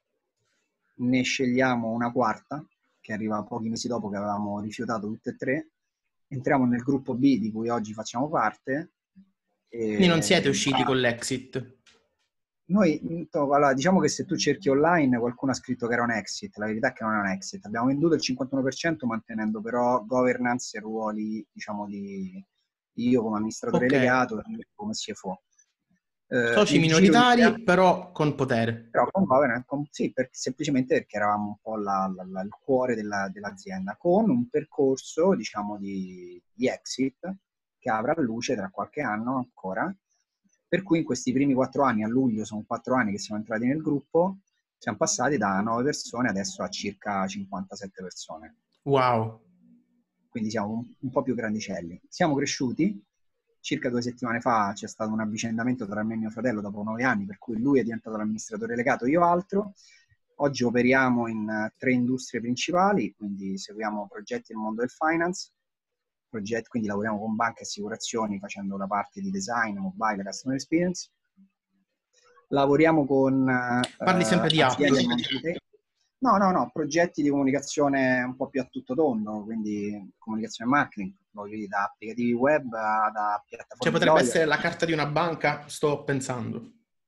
ne scegliamo una quarta, che arriva pochi mesi dopo che avevamo rifiutato tutte e tre, entriamo nel gruppo B di cui oggi facciamo parte. quindi non siete E... usciti con l'exit? Noi, allora, diciamo che se tu cerchi online qualcuno ha scritto che era un exit, la verità è che non è un exit. Abbiamo venduto il cinquantuno per cento mantenendo però governance e ruoli, diciamo, di io come amministratore Ok. delegato e come C F O. Eh, Soci nel giro di tre minoritari, anni, però con potere. però con governance, con, sì, per, semplicemente perché eravamo un po' la, la, la, il cuore della, dell'azienda, con un percorso, diciamo, di, di exit che avrà luce tra qualche anno ancora, per cui in questi primi quattro anni, a luglio sono quattro anni che siamo entrati nel gruppo, siamo passati da nove persone adesso a circa cinquantasette persone. Wow. Quindi siamo un, un po' più grandicelli. Siamo cresciuti, circa due settimane fa c'è stato un avvicendamento tra me e mio fratello dopo nove anni, per cui lui è diventato l'amministratore delegato, io altro. Oggi operiamo in uh, tre industrie principali, quindi seguiamo progetti nel mondo del finance, progetti, quindi lavoriamo con banche e assicurazioni facendo la parte di design, mobile, customer experience. Lavoriamo con Parli sempre uh, di app. aziende non retail. No, no, no, progetti di comunicazione un po' più a tutto tondo, quindi comunicazione e marketing, da applicativi web a da Cioè piattaforme potrebbe loyal. essere la carta di una banca, sto pensando.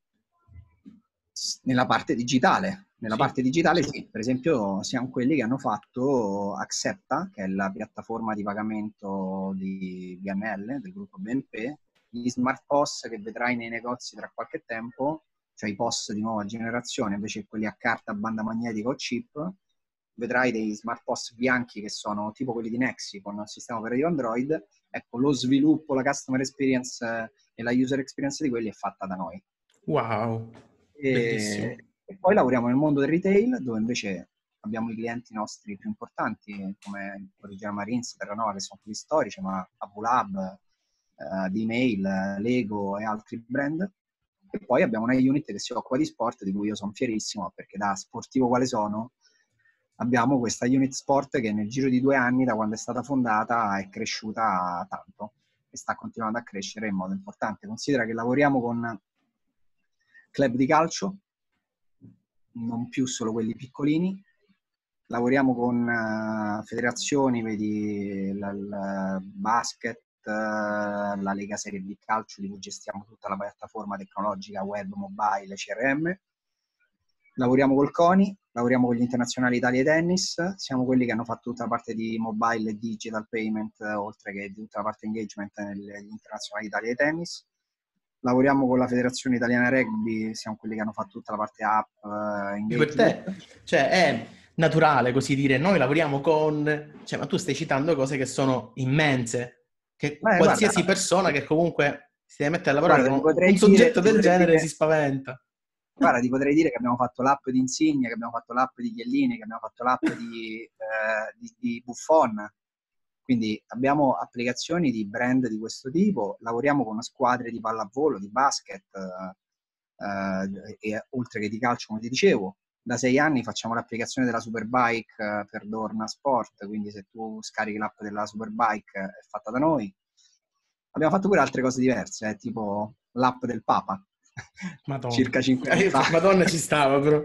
Nella parte digitale, nella Sì. parte digitale sì, per esempio siamo quelli che hanno fatto Accepta, che è la piattaforma di pagamento di B N L, del gruppo B N P, gli smart P O S che vedrai nei negozi tra qualche tempo, cioè i P O S di nuova generazione, invece che quelli a carta, banda magnetica o chip, vedrai dei smart P O S bianchi che sono tipo quelli di Nexi con il sistema operativo Android. Ecco, lo sviluppo, la customer experience eh, e la user experience di quelli è fatta da noi. Wow. E, Bellissimo. e poi lavoriamo nel mondo del retail, dove invece abbiamo i clienti nostri più importanti, come Original Marines, Terranova, che sono quelli storici, ma Abulab, eh, D-Mail, Lego e altri brand. E poi abbiamo una unit che si occupa di sport, di cui io sono fierissimo, perché da sportivo quale sono, abbiamo questa unit sport che nel giro di due anni, da quando è stata fondata, è cresciuta tanto e sta continuando a crescere in modo importante. Considera che lavoriamo con club di calcio, non più solo quelli piccolini, lavoriamo con uh, federazioni, vedi il basket, uh, la Lega Serie B Calcio, di cui gestiamo tutta la piattaforma tecnologica web, mobile, C R M. Lavoriamo col CONI, lavoriamo con gli internazionali Italia Tennis, siamo quelli che hanno fatto tutta la parte di mobile e digital payment, oltre che tutta la parte engagement negli internazionali Italia Tennis. Lavoriamo con la Federazione Italiana Rugby, siamo quelli che hanno fatto tutta la parte app, uh, engagement. Per te, cioè è naturale così dire, noi lavoriamo con... Cioè, ma tu stai citando cose che sono immense, che Beh, qualsiasi guarda, persona che comunque si deve mettere a lavorare guarda, con un dire, soggetto del genere dire, si spaventa. Guarda, ti potrei dire che abbiamo fatto l'app di Insigne, che abbiamo fatto l'app di Chiellini, che abbiamo fatto l'app di, eh, di, di Buffon. Quindi abbiamo applicazioni di brand di questo tipo, lavoriamo con squadre di pallavolo, di basket, eh, e, oltre che di calcio, come ti dicevo. Da sei anni facciamo l'applicazione della Superbike eh, per Dorna Sport, quindi se tu scarichi l'app della Superbike eh, è fatta da noi. Abbiamo fatto pure altre cose diverse, eh, tipo l'app del Papa, Madonna. circa cinque anni fa. Madonna ci stava però.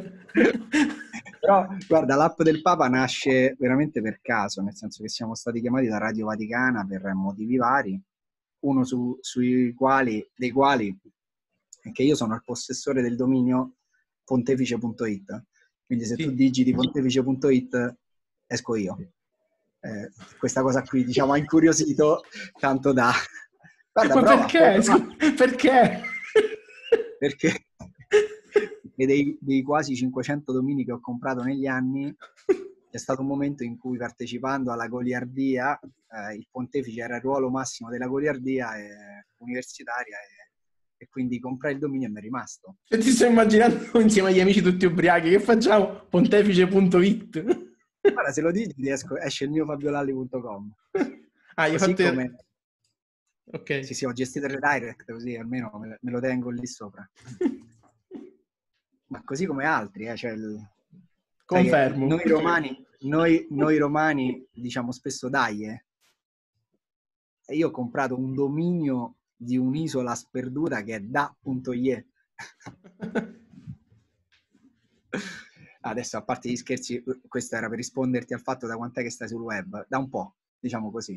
Però guarda, l'app del Papa nasce veramente per caso, nel senso che siamo stati chiamati da Radio Vaticana per motivi vari, uno su, sui quali, dei quali è che io sono il possessore del dominio pontefice punto it, quindi se Sì. tu digiti pontefice punto it esco io. Eh, questa cosa qui, diciamo, ha incuriosito tanto da... Guarda, ma prova, perché? prova. Perché? Perché e dei, dei quasi cinquecento domini che ho comprato negli anni, c'è stato un momento in cui, partecipando alla goliardia, eh, il pontefice era il ruolo massimo della goliardia e, universitaria e, e quindi comprai il dominio e mi è rimasto. E ti sto immaginando insieme agli amici tutti ubriachi, che facciamo? pontefice punto it. Guarda, se lo digiti esco, esce il mio fabiolalli punto com. Ah, io ho Così fatto... come... Ok. Sì, sì, ho gestito il redirect, così almeno me, me lo tengo lì sopra. Ma così come altri, eh, cioè il... Confermo. Noi romani, noi, noi romani diciamo spesso dai, eh. E io ho comprato un dominio di un'isola sperduta che è da.ie. Adesso, a parte gli scherzi, questo era per risponderti al fatto da quant'è che stai sul web. Da un po', diciamo così.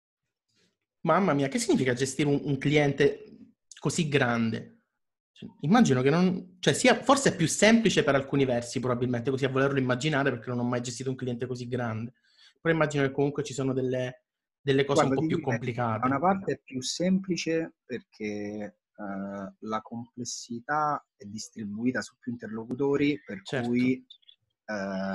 Mamma mia, che significa gestire un, un cliente così grande? Cioè, immagino che non... Cioè, sia, forse è più semplice per alcuni versi, probabilmente, così a volerlo immaginare, perché non ho mai gestito un cliente così grande. Però immagino che comunque ci sono delle, delle cose Guarda, un po' ti più direi, da una complicate. parte è più semplice perché eh, la complessità è distribuita su più interlocutori, per Certo. cui eh,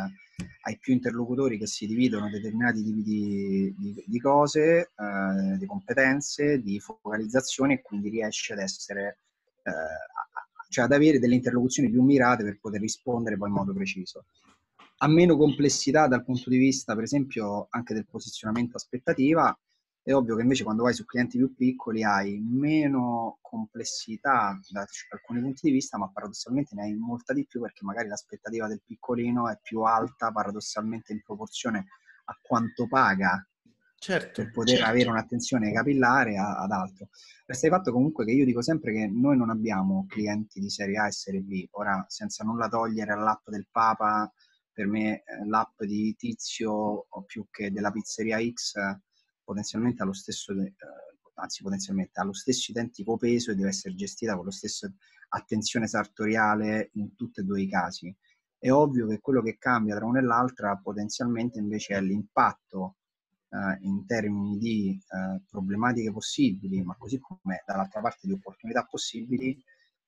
hai più interlocutori che si dividono determinati tipi di, di, di cose, eh, di competenze, di focalizzazione, e quindi riesci ad essere, eh, cioè ad avere delle interlocuzioni più mirate per poter rispondere poi in modo preciso. Ha meno complessità dal punto di vista, per esempio, anche del posizionamento aspettativa. È ovvio che invece quando vai su clienti più piccoli hai meno complessità da alcuni punti di vista, ma paradossalmente ne hai molta di più, perché magari l'aspettativa del piccolino è più alta paradossalmente in proporzione a quanto paga, Certo. per poter avere un'attenzione capillare a, ad altro. Resta il fatto comunque che io dico sempre che noi non abbiamo clienti di serie A e serie B. Ora, senza nulla togliere all'app del Papa, per me l'app di Tizio o più che della pizzeria X potenzialmente ha lo stesso, eh, anzi potenzialmente ha lo stesso identico peso e deve essere gestita con lo stesso attenzione sartoriale in tutti e due i casi. È ovvio che quello che cambia tra una e l'altra potenzialmente invece è l'impatto eh, in termini di eh, problematiche possibili, ma così come dall'altra parte di opportunità possibili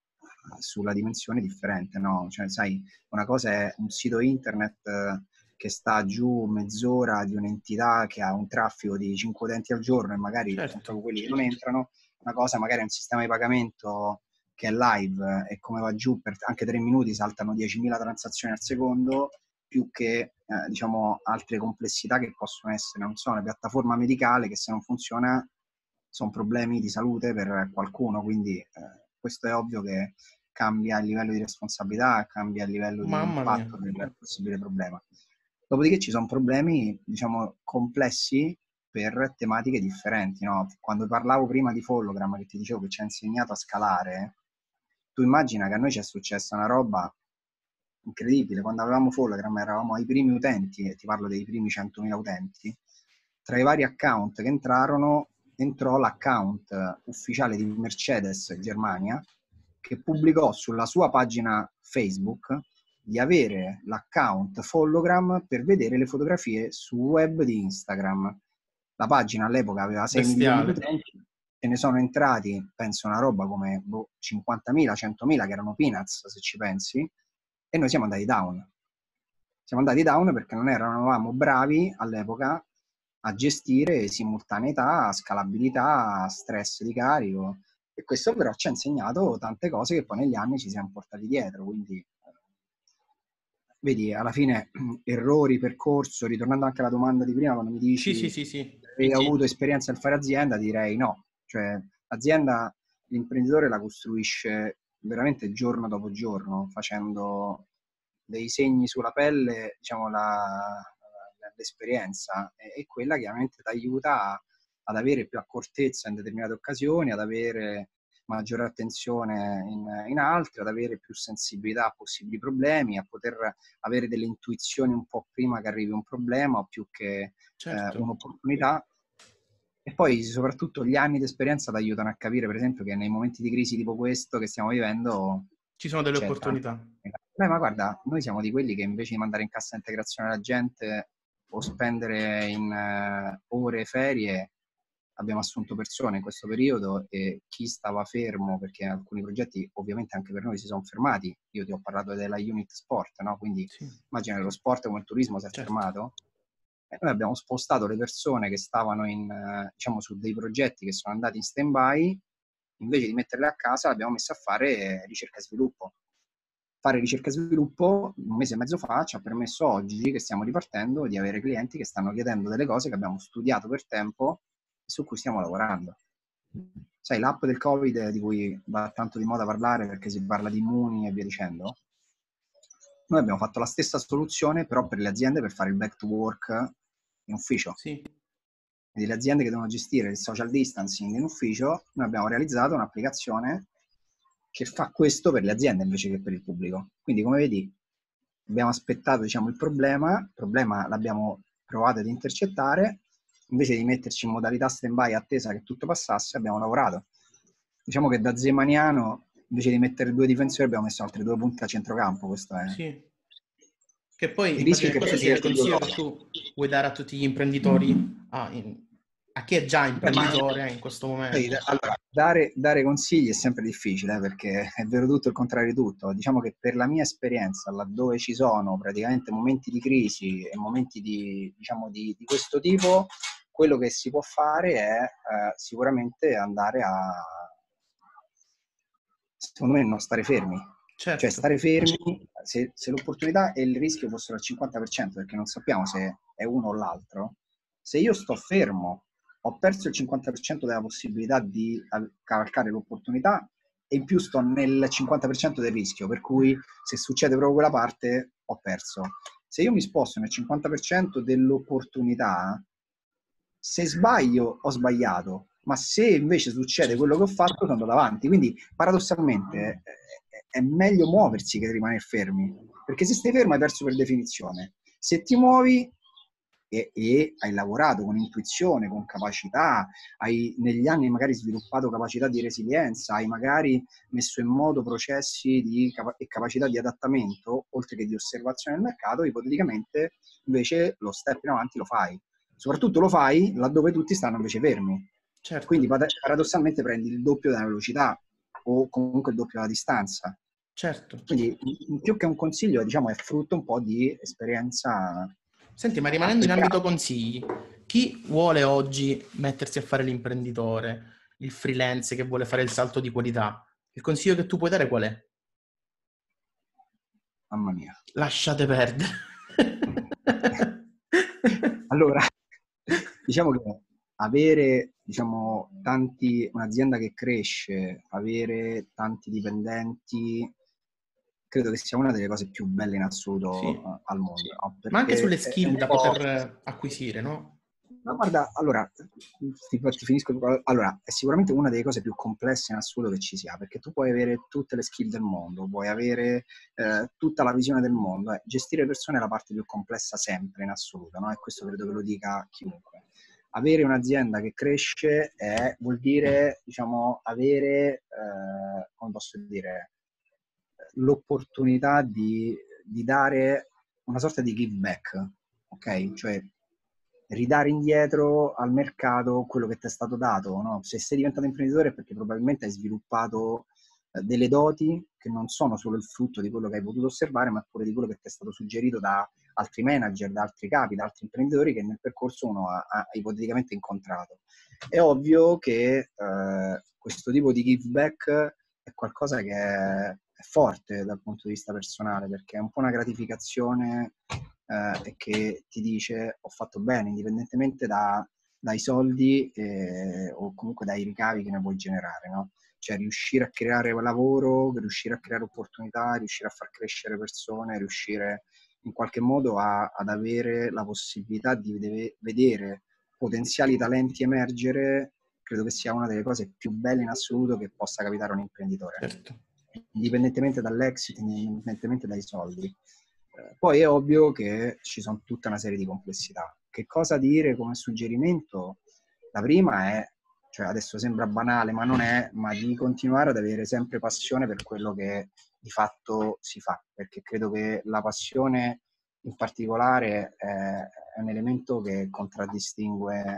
sulla dimensione differente, no? Cioè, sai, una cosa è un sito internet eh, che sta giù mezz'ora di un'entità che ha un traffico di cinque utenti al giorno e magari certo. sono proprio quelli che non entrano. Una cosa magari è un sistema di pagamento che è live e come va giù per anche tre minuti saltano diecimila transazioni al secondo, più che eh, diciamo altre complessità che possono essere, non so, una piattaforma medicale che se non funziona sono problemi di salute per qualcuno, quindi eh, questo è ovvio che cambia il livello di responsabilità, cambia il livello di Mamma mia. impatto del possibile problema. Dopodiché ci sono problemi, diciamo, complessi per tematiche differenti, no? Quando parlavo prima di Follogram, che ti dicevo che ci ha insegnato a scalare, tu immagina che a noi ci è successa una roba incredibile. Quando avevamo Follogram eravamo ai primi utenti, e ti parlo dei primi centomila utenti, tra i vari account che entrarono, entrò l'account ufficiale di Mercedes Germania, che pubblicò sulla sua pagina Facebook di avere l'account Follogram per vedere le fotografie su web di Instagram. La pagina all'epoca aveva sei milioni di Bestiale. utenti, e ne sono entrati, penso, una roba come boh, cinquantamila, centomila, che erano peanuts se ci pensi, e noi siamo andati down. Siamo andati down perché non eravamo bravi all'epoca a gestire simultaneità, scalabilità, stress di carico, e questo però ci ha insegnato tante cose che poi negli anni ci siamo portati dietro, quindi eh, vedi, alla fine errori, percorso, ritornando anche alla domanda di prima, quando mi Sì, sì, dici sì, sì. hai avuto esperienza nel fare azienda, direi no, cioè l'azienda, l'imprenditore la costruisce veramente giorno dopo giorno, facendo dei segni sulla pelle, diciamo, la, l'esperienza, e, e quella chiaramente ti aiuta a, ad avere più accortezza in determinate occasioni, ad avere maggiore attenzione in, in altre, ad avere più sensibilità a possibili problemi, a poter avere delle intuizioni un po' prima che arrivi un problema o più che eh, Certo. un'opportunità. E poi soprattutto gli anni di esperienza ti aiutano a capire, per esempio, che nei momenti di crisi tipo questo che stiamo vivendo Ci sono delle c'è tanto. opportunità. Beh, ma guarda, noi siamo di quelli che invece di mandare in cassa integrazione la gente o spendere in eh, ore ferie, abbiamo assunto persone in questo periodo, e chi stava fermo, perché alcuni progetti ovviamente anche per noi si sono fermati. Io ti ho parlato della unit sport, no? Quindi Sì, immagina che lo sport come il turismo si è certo. fermato, e noi abbiamo spostato le persone che stavano in, eh, diciamo, su dei progetti che sono andati in stand-by, invece di metterle a casa, le abbiamo messe a fare ricerca e sviluppo. Fare ricerca e sviluppo un mese e mezzo fa ci ha permesso oggi, che stiamo ripartendo, di avere clienti che stanno chiedendo delle cose che abbiamo studiato per tempo e su cui stiamo lavorando. Sai, l'app del Covid, di cui va tanto di moda parlare perché si parla di immuni e via dicendo, noi abbiamo fatto la stessa soluzione però per le aziende, per fare il back to work in ufficio. Sì. Quindi le aziende che devono gestire il social distancing in ufficio, noi abbiamo realizzato un'applicazione che fa questo per le aziende invece che per il pubblico. Quindi, come vedi, abbiamo aspettato, diciamo, il problema, il problema l'abbiamo provato ad intercettare, invece di metterci in modalità stand-by attesa che tutto passasse, abbiamo lavorato. Diciamo che da Zemaniano, invece di mettere due difensori, abbiamo messo altri due punti a centrocampo. Questo è Sì. Che poi il immagino rischio, che che questo prendi sia il queste due consiglio che cose. tu vuoi dare a tutti gli imprenditori, a, in- a chi è già Beh, ma imprenditore in questo sai, momento. allora, dare, dare consigli è sempre difficile, eh, perché è vero tutto e il contrario di tutto. Diciamo che per la mia esperienza, laddove ci sono praticamente momenti di crisi e momenti di, diciamo, di, di questo tipo, quello che si può fare è eh, sicuramente andare a, secondo me, non stare fermi. Cioè Certo, stare fermi, se, se l'opportunità e il rischio fossero al cinquanta per cento, perché non sappiamo se è uno o l'altro, se io sto fermo, ho perso il cinquanta per cento della possibilità di cavalcare l'opportunità, e in più sto nel cinquanta per cento del rischio, per cui se succede proprio quella parte ho perso. Se io mi sposto nel cinquanta per cento dell'opportunità, se sbaglio ho sbagliato, ma se invece succede quello certo, che ho fatto sono andato avanti. Quindi paradossalmente è, è meglio muoversi che rimanere fermi, perché se stai fermo hai perso per definizione. Se ti muovi e, e hai lavorato con intuizione, con capacità, hai negli anni magari sviluppato capacità di resilienza, hai magari messo in modo processi di capa- e capacità di adattamento, oltre che di osservazione del mercato, ipoteticamente invece lo step in avanti lo fai. Soprattutto lo fai laddove tutti stanno invece fermi. Quindi certo, paradossalmente prendi il doppio della velocità, o comunque il doppio della distanza. certo. Quindi più che un consiglio, diciamo, è frutto un po' di esperienza Senti, ma rimanendo in ambito applicata. consigli, chi vuole oggi mettersi a fare l'imprenditore, il freelance che vuole fare il salto di qualità, il consiglio che tu puoi dare qual è? Mamma mia. Lasciate perdere. Allora, diciamo che avere, diciamo, tanti, un'azienda che cresce, avere tanti dipendenti credo che sia una delle cose più belle in assoluto Sì. uh, al mondo. No? Ma anche sulle Perché è skill un da po'... poter acquisire, no? Ma guarda, allora, ti, ti finisco. Allora, è sicuramente una delle cose più complesse in assoluto che ci sia, perché tu puoi avere tutte le skill del mondo, puoi avere eh, tutta la visione del mondo. Eh. Gestire persone è la parte più complessa sempre in assoluto, no? E questo credo che lo dica chiunque. Avere un'azienda che cresce è, vuol dire, diciamo, avere, eh, come posso dire, l'opportunità di, di dare una sorta di give back, ok? Cioè ridare indietro al mercato quello che ti è stato dato, no? Se sei diventato imprenditore è perché probabilmente hai sviluppato eh, delle doti che non sono solo il frutto di quello che hai potuto osservare, ma pure di quello che ti è stato suggerito da altri manager, da altri capi, da altri imprenditori che nel percorso uno ha, ha ipoteticamente incontrato. È ovvio che eh, questo tipo di give back è qualcosa che è, è forte dal punto di vista personale, perché è un po' una gratificazione eh, che ti dice ho fatto bene, indipendentemente da, dai soldi eh, o comunque dai ricavi che ne puoi generare, no? Cioè riuscire a creare lavoro, riuscire a creare opportunità, riuscire a far crescere persone, riuscire in qualche modo a, ad avere la possibilità di vede- vedere potenziali talenti emergere, credo che sia una delle cose più belle in assoluto che possa capitare a un imprenditore. Certo. Indipendentemente dall'exit, indipendentemente dai soldi. Eh, poi è ovvio che ci sono tutta una serie di complessità. Che cosa dire come suggerimento? La prima è, cioè adesso sembra banale, ma non è, ma di continuare ad avere sempre passione per quello che di fatto si fa, perché credo che la passione in particolare è, è un elemento che contraddistingue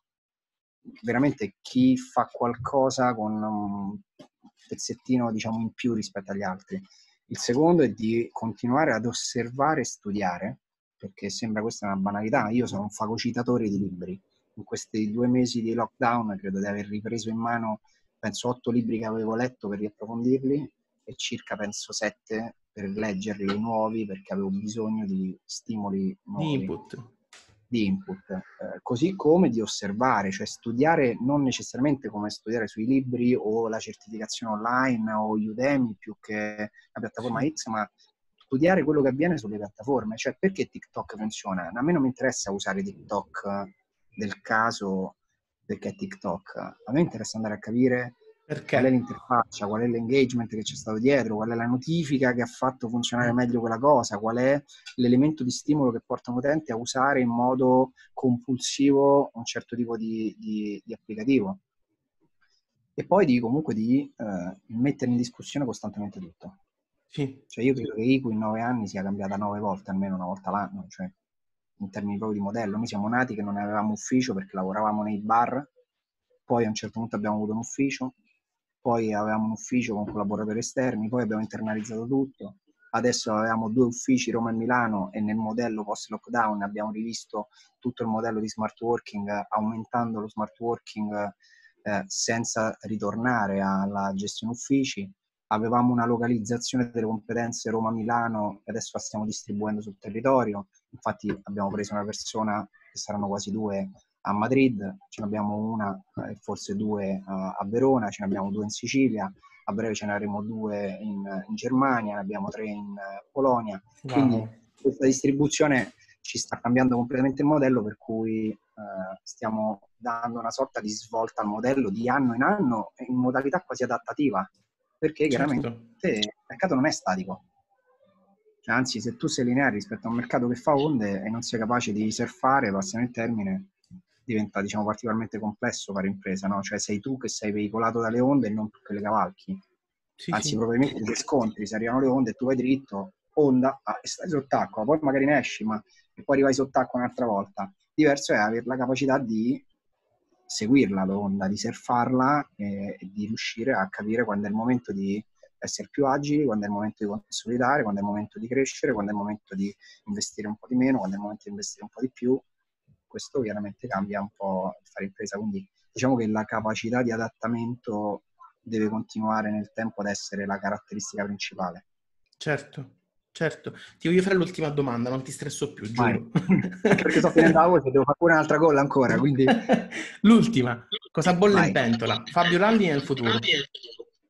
veramente chi fa qualcosa con un pezzettino, diciamo, in più rispetto agli altri. Il secondo è di continuare ad osservare e studiare, perché sembra questa una banalità. Io sono un fagocitatore di libri. In questi due mesi di lockdown credo di aver ripreso in mano, penso, otto libri che avevo letto per riapprofondirli e circa, penso, sette per leggerli nuovi perché avevo bisogno di stimoli Di nuovi. input. Di input, eh, così come di osservare, cioè studiare non necessariamente come studiare sui libri o la certificazione online o Udemy più che la piattaforma Sì. X, ma studiare quello che avviene sulle piattaforme, cioè perché TikTok funziona. A me non mi interessa usare TikTok del caso perché è TikTok, a me interessa andare a capire Perché? qual è l'interfaccia, qual è l'engagement che c'è stato dietro, qual è la notifica che ha fatto funzionare meglio quella cosa, qual è l'elemento di stimolo che porta un utente a usare in modo compulsivo un certo tipo di, di, di applicativo. E poi di comunque di eh, mettere in discussione costantemente tutto. Sì. Cioè io credo che I Q in nove anni sia cambiata nove volte, almeno una volta l'anno, cioè in termini proprio di modello. Noi siamo nati che non avevamo ufficio perché lavoravamo nei bar, poi a un certo punto abbiamo avuto un ufficio, poi avevamo un ufficio con collaboratori esterni, poi abbiamo internalizzato tutto. Adesso avevamo due uffici, Roma e Milano, e nel modello post-lockdown abbiamo rivisto tutto il modello di smart working, aumentando lo smart working eh, senza ritornare alla gestione uffici. Avevamo una localizzazione delle competenze Roma-Milano e adesso la stiamo distribuendo sul territorio. Infatti abbiamo preso una persona, che saranno quasi due, a Madrid, ce ne abbiamo una e eh, forse due a, a Verona, ce ne abbiamo due in Sicilia, a breve ce ne avremo due in, in Germania, ne abbiamo tre in uh, Polonia. Wow. Quindi questa distribuzione ci sta cambiando completamente il modello, per cui eh, stiamo dando una sorta di svolta al modello di anno in anno in modalità quasi adattativa, perché chiaramente Certo. il mercato non è statico. Cioè, anzi, se tu sei lineare rispetto a un mercato che fa onde e non sei capace di surfare, passano il termine, diventa, diciamo, particolarmente complesso fare impresa, no? Cioè sei tu che sei veicolato dalle onde e non tu che le cavalchi. Sì, Anzi, sì. probabilmente ti scontri, se arrivano le onde e tu vai dritto, onda, ah, e stai sott'acqua, poi magari ne esci, ma e poi arrivai sott'acqua un'altra volta. Diverso è avere la capacità di seguirla l'onda, di surfarla e, e di riuscire a capire quando è il momento di essere più agili, quando è il momento di consolidare, quando è il momento di crescere, quando è il momento di investire un po' di meno, quando è il momento di investire un po' di più. Questo chiaramente cambia un po' il fare impresa, quindi diciamo che la capacità di adattamento deve continuare nel tempo ad essere la caratteristica principale. Certo, certo. Ti voglio fare l'ultima domanda, non ti stresso più, giuro. Anche perché sto finendo la voce, devo fare pure un'altra gola ancora, quindi... L'ultima. Cosa bolle in Vai. pentola? Fabio Ralli nel futuro.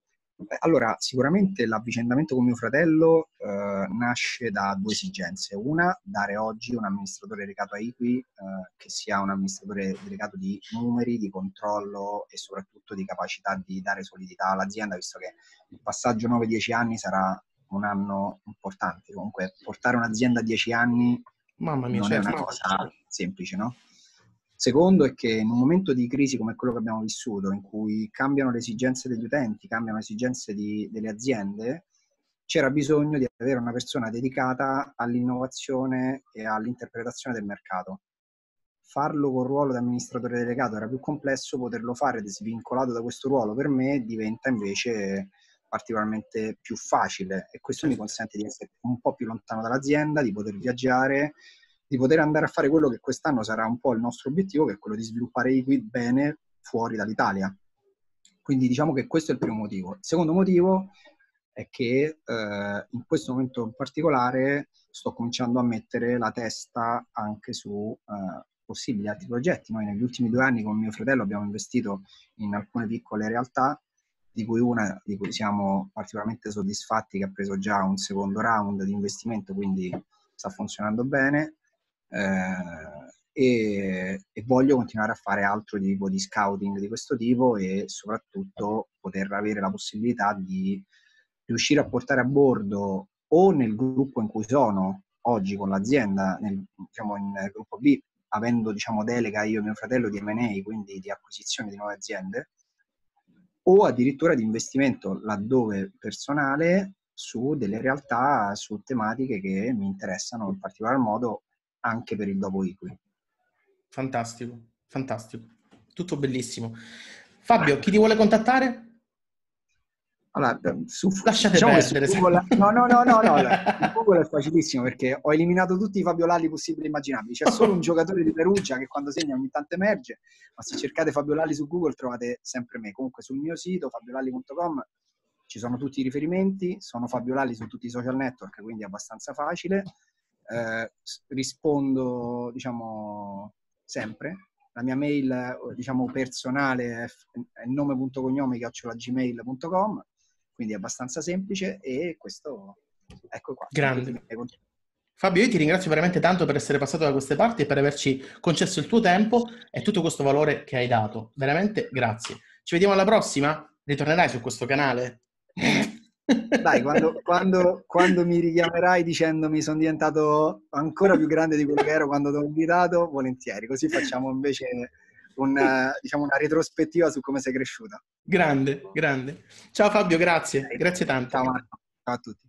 Beh, allora, sicuramente l'avvicendamento con mio fratello eh, nasce da due esigenze. Una, dare oggi un amministratore delegato a Equi eh, che sia un amministratore delegato di numeri, di controllo e soprattutto di capacità di dare solidità all'azienda, visto che il passaggio nove dieci anni sarà un anno importante. Comunque, portare un'azienda a dieci anni Mamma mia, non è una certo. cosa semplice, no? Secondo è che in un momento di crisi come quello che abbiamo vissuto, in cui cambiano le esigenze degli utenti, cambiano le esigenze di, delle aziende, c'era bisogno di avere una persona dedicata all'innovazione e all'interpretazione del mercato. Farlo col ruolo di amministratore delegato era più complesso, poterlo fare svincolato da questo ruolo per me diventa invece particolarmente più facile e questo mi consente di essere un po' più lontano dall'azienda, di poter viaggiare, di poter andare a fare quello che quest'anno sarà un po' il nostro obiettivo, che è quello di sviluppare Equi bene fuori dall'Italia. Quindi diciamo che questo è il primo motivo. Il secondo motivo è che eh, in questo momento in particolare sto cominciando a mettere la testa anche su eh, possibili altri progetti. Noi negli ultimi due anni con mio fratello abbiamo investito in alcune piccole realtà, di cui una di cui siamo particolarmente soddisfatti, che ha preso già un secondo round di investimento, quindi sta funzionando bene. Eh, e, e voglio continuare a fare altro tipo di scouting di questo tipo e soprattutto poter avere la possibilità di riuscire a portare a bordo o nel gruppo in cui sono oggi con l'azienda, nel, diciamo in gruppo B, avendo diciamo delega io e mio fratello di M and A, quindi di acquisizione di nuove aziende, o addirittura di investimento laddove personale su delle realtà, su tematiche che mi interessano in particolar modo anche per il dopo Equi. Fantastico, fantastico. Tutto bellissimo. Fabio, chi ti vuole contattare? Allora, su, Lasciate diciamo perdere. che su Google, no, no, no, no, no, su Google è facilissimo perché ho eliminato tutti i Fabio Lalli possibili e immaginabili. C'è solo un giocatore di Perugia che quando segna ogni tanto emerge, ma se cercate Fabio Lalli su Google trovate sempre me. Comunque sul mio sito fabiolalli punto com ci sono tutti i riferimenti, sono Fabio Lalli su tutti i social network, quindi è abbastanza facile. Eh, rispondo, diciamo, sempre. La mia mail, diciamo, personale è, è nome punto cognome chiocciola gmail punto com, quindi è abbastanza semplice e questo, ecco qua. Grande. Fabio, io ti ringrazio veramente tanto per essere passato da queste parti e per averci concesso il tuo tempo e tutto questo valore che hai dato. Veramente grazie. Ci vediamo alla prossima? Ritornerai su questo canale? Dai, quando, quando, quando mi richiamerai dicendomi sono diventato ancora più grande di quello che ero quando ti ho invitato, volentieri. Così facciamo invece un, diciamo, una retrospettiva su come sei cresciuta. Grande, grande. Ciao Fabio, grazie. Okay. Grazie tanto. Ciao Marco, ciao a tutti.